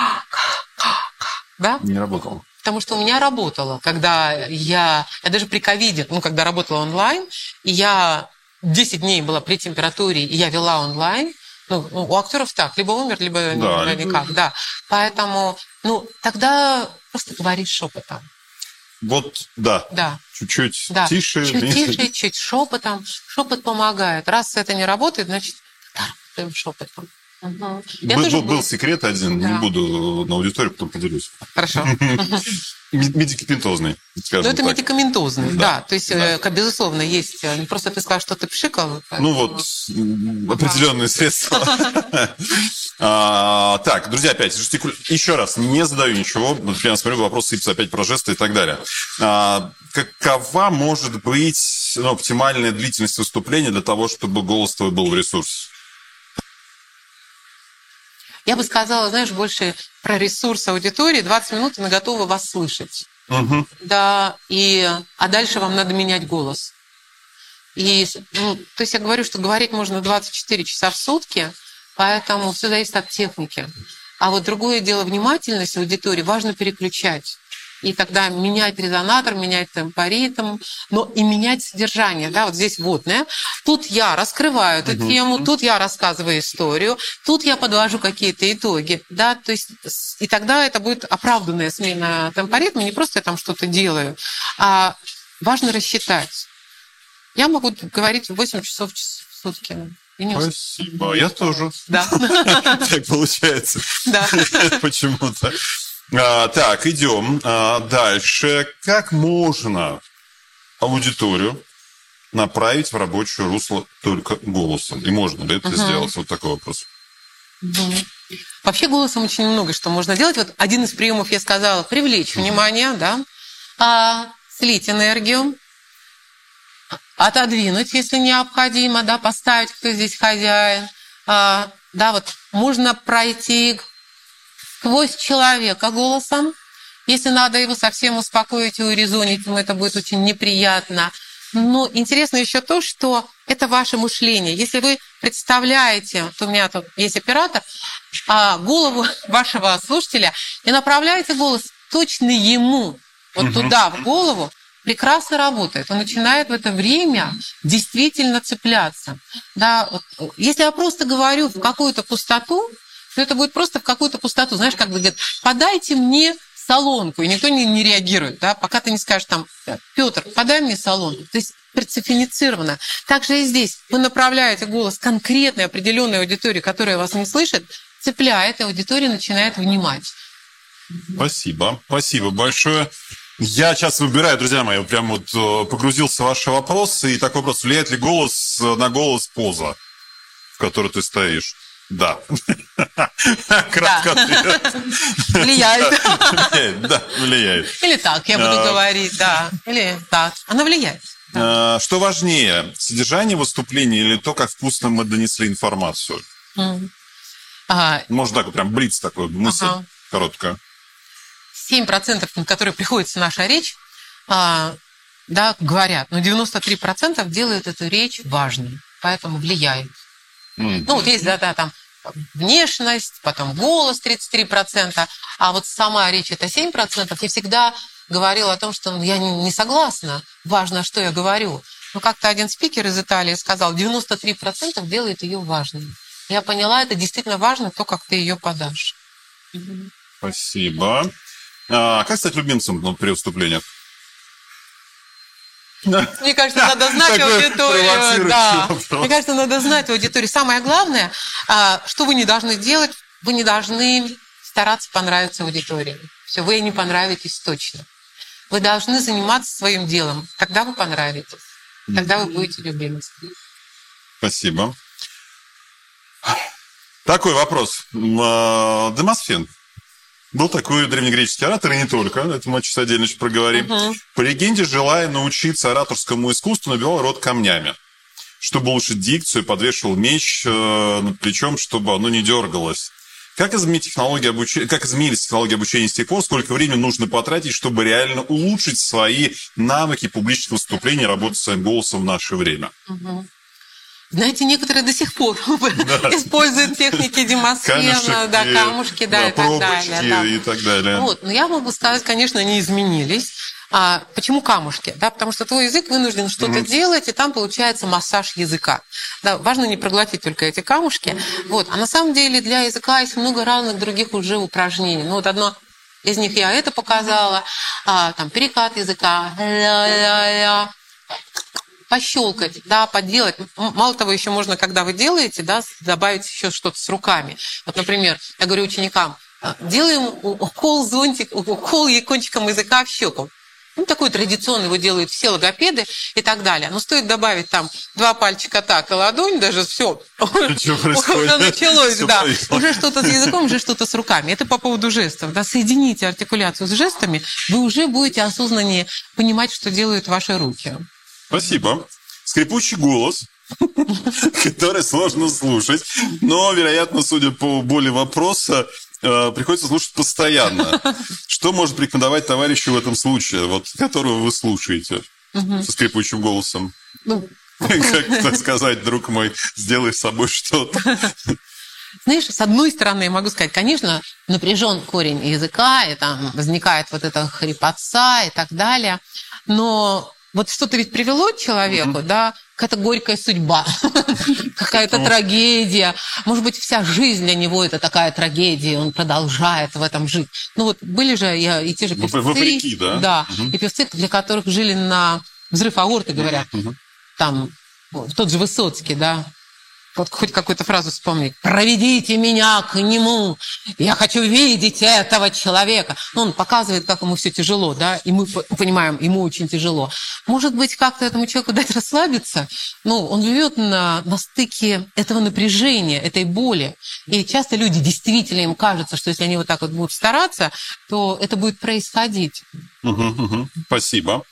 Да? Не работало. Потому что у меня работало, когда я даже при ковиде, когда работала онлайн, и я 10 дней была при температуре, и я вела онлайн, у актеров так, либо умер, либо никак, да. Поэтому, тогда просто говоришь шепотом. Вот, да. Чуть-чуть тише. Чуть тише, чуть шепотом. Шепот помогает. Раз это не работает, значит, работаем шепотом. Был секрет один, не буду на аудиторию, потом поделюсь. Хорошо. Медикаментозный, скажем так. Это медикаментозный, да. То есть, безусловно, есть. Не просто ты сказал, что ты пшикал. Определенные средства. Так, друзья, опять, еще раз, не задаю ничего. Прямо смотрю, вопрос сыпется опять про жесты и так далее. Какова может быть оптимальная длительность выступления для того, чтобы голос твой был в ресурсе? Я бы сказала, знаешь, больше про ресурс аудитории. 20 минут она готова вас слышать. Да, а дальше вам надо менять голос. То есть я говорю, что говорить можно 24 часа в сутки, поэтому все зависит от техники. А вот другое дело, внимательность аудитории важно переключать. И тогда менять резонатор, менять темпоритм, но и менять содержание. Да, вот здесь вводное. Тут я раскрываю эту тему, тут я рассказываю историю, тут я подвожу какие-то итоги. Да, то есть, и тогда это будет оправданная смена темпоритма, не просто я там что-то делаю, а важно рассчитать. Я могу говорить 8 часов в сутки. Спасибо. Я тоже. Да. Так получается. Да. Почему-то. Так, идем дальше. Как можно аудиторию направить в рабочее русло только голосом? И можно ли это сделать? Вот такой вопрос. Вообще голосом очень много что можно делать. Вот один из приемов я сказала: привлечь внимание, да, слить энергию, отодвинуть, если необходимо, да, поставить, кто здесь хозяин. Да, вот можно пройти сквозь человека голосом. Если надо его совсем успокоить и урезонить, ему это будет очень неприятно. Но интересно еще то, что это ваше мышление. Если вы представляете, вот у меня тут есть оператор, голову вашего слушателя и направляете голос точно ему, вот туда, в голову, прекрасно работает. Он начинает в это время действительно цепляться. Да, вот, если я просто говорю в какую-то пустоту, то это будет просто в какую-то пустоту. Знаешь, как бы говорят: подайте мне солонку, и никто не реагирует, да, пока ты не скажешь там: Петр, подай мне солонку. То есть персонифицировано. Также и здесь вы направляете голос конкретной определенной аудитории, которая вас не слышит, цепляет, и аудитория начинает внимать. Спасибо. Спасибо большое. Я сейчас выбираю, друзья мои, прям вот погрузился в ваши вопросы, и такой вопрос: влияет ли голос на голос поза, в которой ты стоишь? Да. Краткий ответ. Влияет. Да, влияет. Или так, я буду говорить, да. Или так. Она влияет. Что важнее, содержание выступления или то, как вкусно мы донесли информацию? Может, так вот прям блиц такой, мысль короткая. 7%, на которые приходится наша речь, да, говорят, но 93% делают эту речь важной, поэтому влияет. Ну, вот есть, да, там внешность, потом голос 33%, а вот сама речь это 7%. Я всегда говорила о том, что я не согласна, важно, что я говорю. Но как-то один спикер из Италии сказал, 93% делает ее важной. Я поняла, это действительно важно, то, как ты ее подашь. Спасибо. Как стать любимцем при выступлениях? Мне кажется, надо знать аудиторию. Да. Мне кажется, надо знать аудиторию. Самое главное, что вы не должны делать, вы не должны стараться понравиться аудитории. Все, вы не понравитесь точно. Вы должны заниматься своим делом. Тогда вы понравитесь. Тогда вы будете любимцем. Спасибо. Такой вопрос. Демосфен. Был такой древнегреческий оратор, и не только. Это мы сейчас отдельно еще проговорим. По легенде, желая научиться ораторскому искусству, набивал рот камнями. Чтобы улучшить дикцию, подвешивал меч над плечом, чтобы оно не дергалось. Как изменились технологии обучения с тех пор? Сколько времени нужно потратить, чтобы реально улучшить свои навыки публичных выступлений, работать своим голосом в наше время? Знаете, некоторые до сих пор используют техники Демосфена, камушки, и так далее. И так далее. Вот. Но я могу сказать, конечно, они изменились. Почему камушки? Да, потому что твой язык вынужден что-то делать, и там получается массаж языка. Да, важно не проглотить только эти камушки. Вот. А на самом деле для языка есть много разных других уже упражнений. Ну, вот одно из них я это показала. Там перекат языка. Пощелкать, да, поделать. Мало того, еще можно, когда вы делаете, да, добавить еще что-то с руками. Вот, например, я говорю ученикам, делаем укол кончиком языка в щеку. Ну, такой традиционный его делают все логопеды и так далее. Но стоит добавить там 2 пальчика так и ладонь, даже все. Уже началось, да. Уже что-то с языком, уже что-то с руками. Это по поводу жестов. Да. Соедините артикуляцию с жестами, вы уже будете осознаннее понимать, что делают ваши руки. Спасибо. Скрипучий голос, который сложно слушать, но, вероятно, судя по боли вопроса, приходится слушать постоянно. Что может рекомендовать товарищу в этом случае, вот, которого вы слушаете со скрипучим голосом? Как так сказать, друг мой, сделай с собой что-то. Знаешь, с одной стороны, я могу сказать, конечно, напряжен корень языка, и там возникает вот эта хрипотца и так далее, но вот что-то ведь привело человеку, да, какая-то горькая судьба, какая-то трагедия. Может быть, вся жизнь для него это такая трагедия, он продолжает в этом жить. Ну вот были же и те же певцы, вопреки, да? Да, и певцы, для которых жили на взрыв аорты, говорят. Там тот же Высоцкий, да. Вот хоть какую-то фразу вспомнить. «Проведите меня к нему, я хочу видеть этого человека». Ну, он показывает, как ему все тяжело, да, и мы понимаем, ему очень тяжело. Может быть, как-то этому человеку дать расслабиться? Ну, он живет на стыке этого напряжения, этой боли. И часто люди действительно, им кажется, что если они вот так вот будут стараться, то это будет происходить. Спасибо.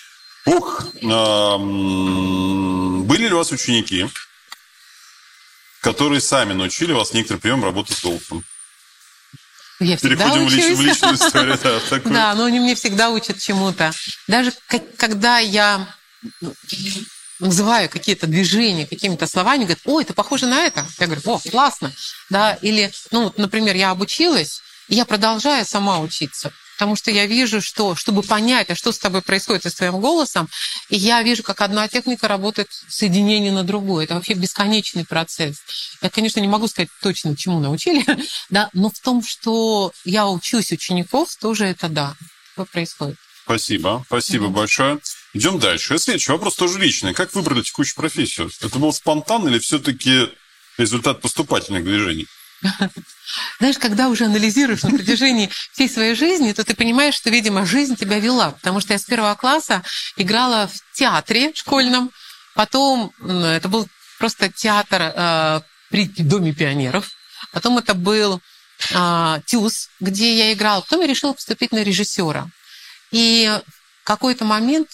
Были ли у вас ученики, которые сами научили вас некоторым приемам работы с голосом? Я всегда Переходим учусь. в личную историю. Да, но они мне всегда учат чему-то. Даже когда я называю какие-то движения какими-то словами, говорят, ой, это похоже на это. Я говорю, о, классно. Да, или, ну, вот, например, я обучилась, и я продолжаю сама учиться. Потому что я вижу, что, чтобы понять, а что с тобой происходит с твоим голосом, и я вижу, как одна техника работает соединение на другую. Это вообще бесконечный процесс. Я, конечно, не могу сказать точно, чему научили, да, но в том, что я учусь учеников, тоже это да, что происходит. Спасибо большое. Идем дальше. Следующий вопрос тоже личный. Как выбрали текущую профессию? Это был спонтан или все-таки результат поступательных движений? Знаешь, когда уже анализируешь на протяжении всей своей жизни, то ты понимаешь, что, видимо, жизнь тебя вела. Потому что я с 1 класса играла в театре школьном. Потом это был просто театр при Доме пионеров. Потом это был ТЮЗ, где я играла. Потом я решила поступить на режиссера. И в какой-то момент,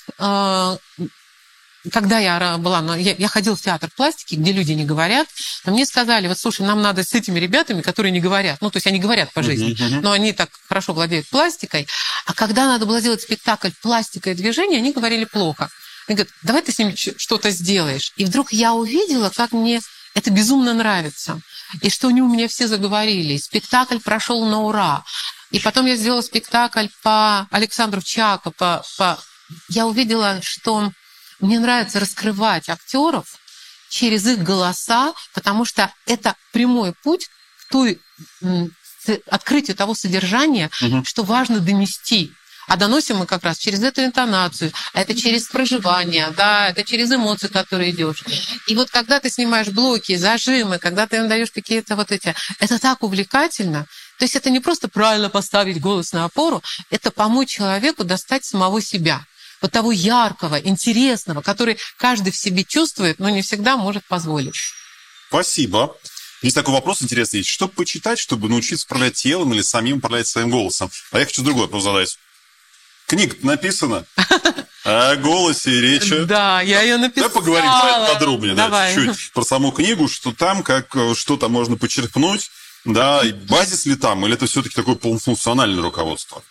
когда я ходила в театр пластики, где люди не говорят, но мне сказали, вот слушай, нам надо с этими ребятами, которые не говорят, ну, то есть они говорят по жизни, но они так хорошо владеют пластикой, а когда надо было делать спектакль «Пластика и движение», они говорили плохо. Они говорят, давай ты с ними что-то сделаешь. И вдруг я увидела, как мне это безумно нравится, и что они у меня все заговорили. И спектакль прошел на ура. И потом я сделала спектакль по Александру Чаку. Я увидела, что мне нравится раскрывать актеров через их голоса, потому что это прямой путь к открытию того содержания, что важно донести. А доносим мы как раз через эту интонацию, это через проживание, да, это через эмоции, которые идешь. И вот когда ты снимаешь блоки, зажимы, когда ты им даешь какие-то вот эти, это так увлекательно. То есть это не просто правильно поставить голос на опору, это помочь человеку достать самого себя. Вот того яркого, интересного, который каждый в себе чувствует, но не всегда может позволить. Спасибо. Есть такой вопрос интересный. Что почитать, чтобы научиться управлять телом или самим управлять своим голосом? А я хочу другой вопрос задать. Книга написана о голосе и речи. Да, я ее написала. Давай поговорим про это подробнее, да, чуть-чуть. Про саму книгу, что там, что там можно почерпнуть, да, и базис ли там, или это все-таки такое полуфункциональное руководство?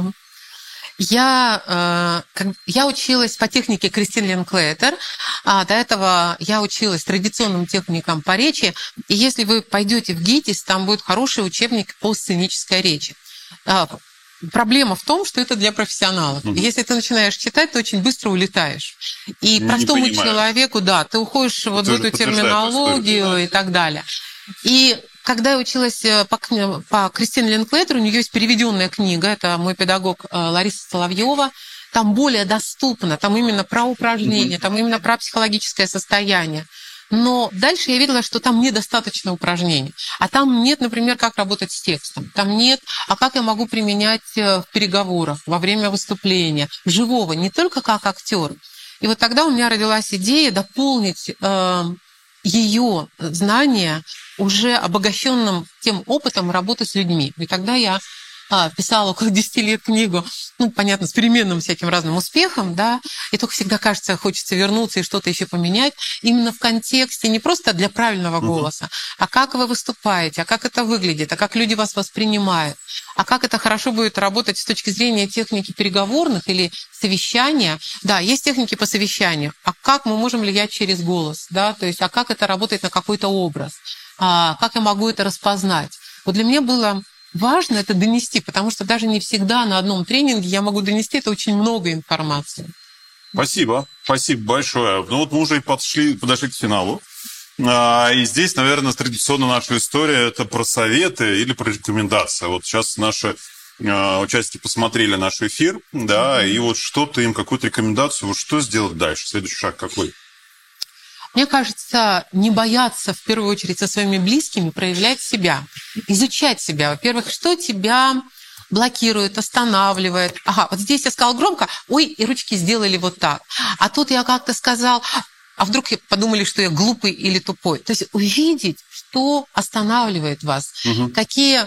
Я училась по технике Кристин Линклейтер. До этого я училась традиционным техникам по речи. И если вы пойдете в ГИТИС, там будет хороший учебник по сценической речи. Проблема в том, что это для профессионалов. Если ты начинаешь читать, ты очень быстро улетаешь. И простому человеку, да, ты уходишь вот в эту терминологию и так далее. И когда я училась по Кристин Линклейтер, у нее есть переведенная книга, это мой педагог Лариса Соловьева, там более доступно, там именно про упражнения, там именно про психологическое состояние. Но дальше я видела, что там недостаточно упражнений. А там нет, например, как работать с текстом. Там нет, а как я могу применять в переговорах, во время выступления, живого, не только как актер. И вот тогда у меня родилась идея дополнить ее знания уже обогащенным тем опытом работы с людьми. И тогда я писала около 10 лет книгу, ну, понятно, с переменным всяким разным успехом, да, и только всегда кажется, хочется вернуться и что-то еще поменять, именно в контексте не просто для правильного голоса, а как вы выступаете, а как это выглядит, а как люди вас воспринимают, а как это хорошо будет работать с точки зрения техники переговорных или совещания. Да, есть техники по совещанию, а как мы можем влиять через голос, да, то есть, а как это работает на какой-то образ, как я могу это распознать. Вот для меня было важно это донести, потому что даже не всегда на одном тренинге я могу донести это очень много информации. Спасибо. Спасибо большое. Ну вот мы уже подошли к финалу. И здесь, наверное, традиционно наша история – это про советы или про рекомендации. Вот сейчас наши участники посмотрели наш эфир, да, и вот что-то им, какую-то рекомендацию, вот что сделать дальше? Следующий шаг какой? Мне кажется, не бояться в первую очередь со своими близкими проявлять себя, изучать себя. Во-первых, что тебя блокирует, останавливает. Ага, вот здесь я сказал громко, ой, и ручки сделали вот так. А тут я как-то сказал, а вдруг подумали, что я глупый или тупой. То есть увидеть, что останавливает вас, какие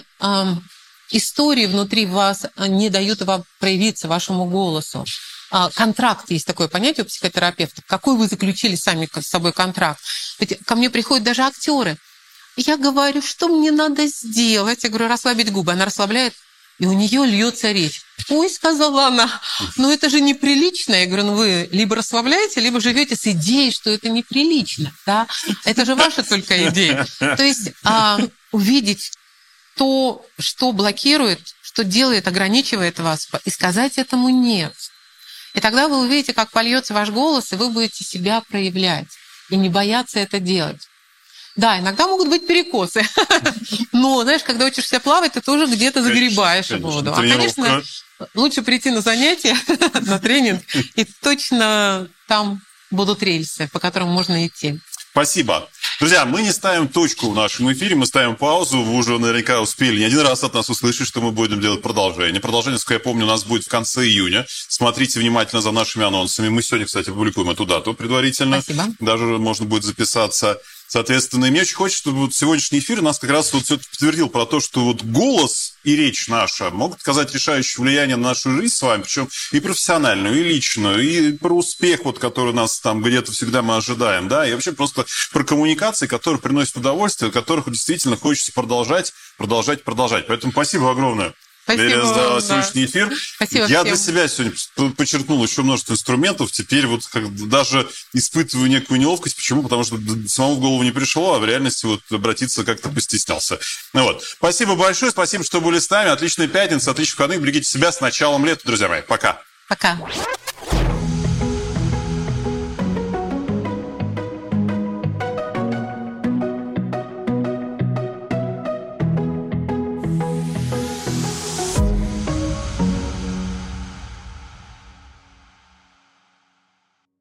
истории внутри вас не дают вам проявиться вашему голосу. Контракт, есть такое понятие у психотерапевтов. Какой вы заключили сами с собой контракт? Ведь ко мне приходят даже актеры. Я говорю, что мне надо сделать? Я говорю, расслабить губы. Она расслабляет, и у нее льется речь. Ой, сказала она, ну это же неприлично. Я говорю, ну вы либо расслабляете, либо живете с идеей, что это неприлично. Да? Это же ваша только идея. То есть увидеть то, что блокирует, что делает, ограничивает вас, и сказать этому «нет». И тогда вы увидите, как польется ваш голос, и вы будете себя проявлять. И не бояться это делать. Да, иногда могут быть перекосы. Но, знаешь, когда учишься плавать, ты тоже где-то загребаешь воду. А, конечно, лучше прийти на занятия, на тренинг, и точно там будут рельсы, по которым можно идти. Спасибо. Друзья, мы не ставим точку в нашем эфире, мы ставим паузу. Вы уже наверняка успели не один раз от нас услышать, что мы будем делать продолжение. Продолжение, сколько я помню, у нас будет в конце июня. Смотрите внимательно за нашими анонсами. Мы сегодня, кстати, публикуем эту дату предварительно. Спасибо. Даже можно будет записаться. Соответственно, и мне очень хочется, чтобы вот сегодняшний эфир нас как раз вот все-таки подтвердил про то, что вот голос и речь наша могут оказать решающее влияние на нашу жизнь с вами, причем и профессиональную, и личную, и про успех, вот, который нас там где-то всегда мы ожидаем, да, и вообще просто про коммуникации, которые приносят удовольствие, которых действительно хочется продолжать. Поэтому спасибо огромное. Спасибо за сегодняшний эфир. Спасибо Я всем. для себя сегодня подчеркнул еще множество инструментов. Теперь вот даже испытываю некую неловкость. Почему? Потому что самому в голову не пришло, а в реальности вот обратиться как-то постеснялся. Ну вот. Спасибо большое, спасибо, что были с нами. Отличная пятница, отличных выходных. Берегите себя. С началом лета, друзья мои. Пока. Пока.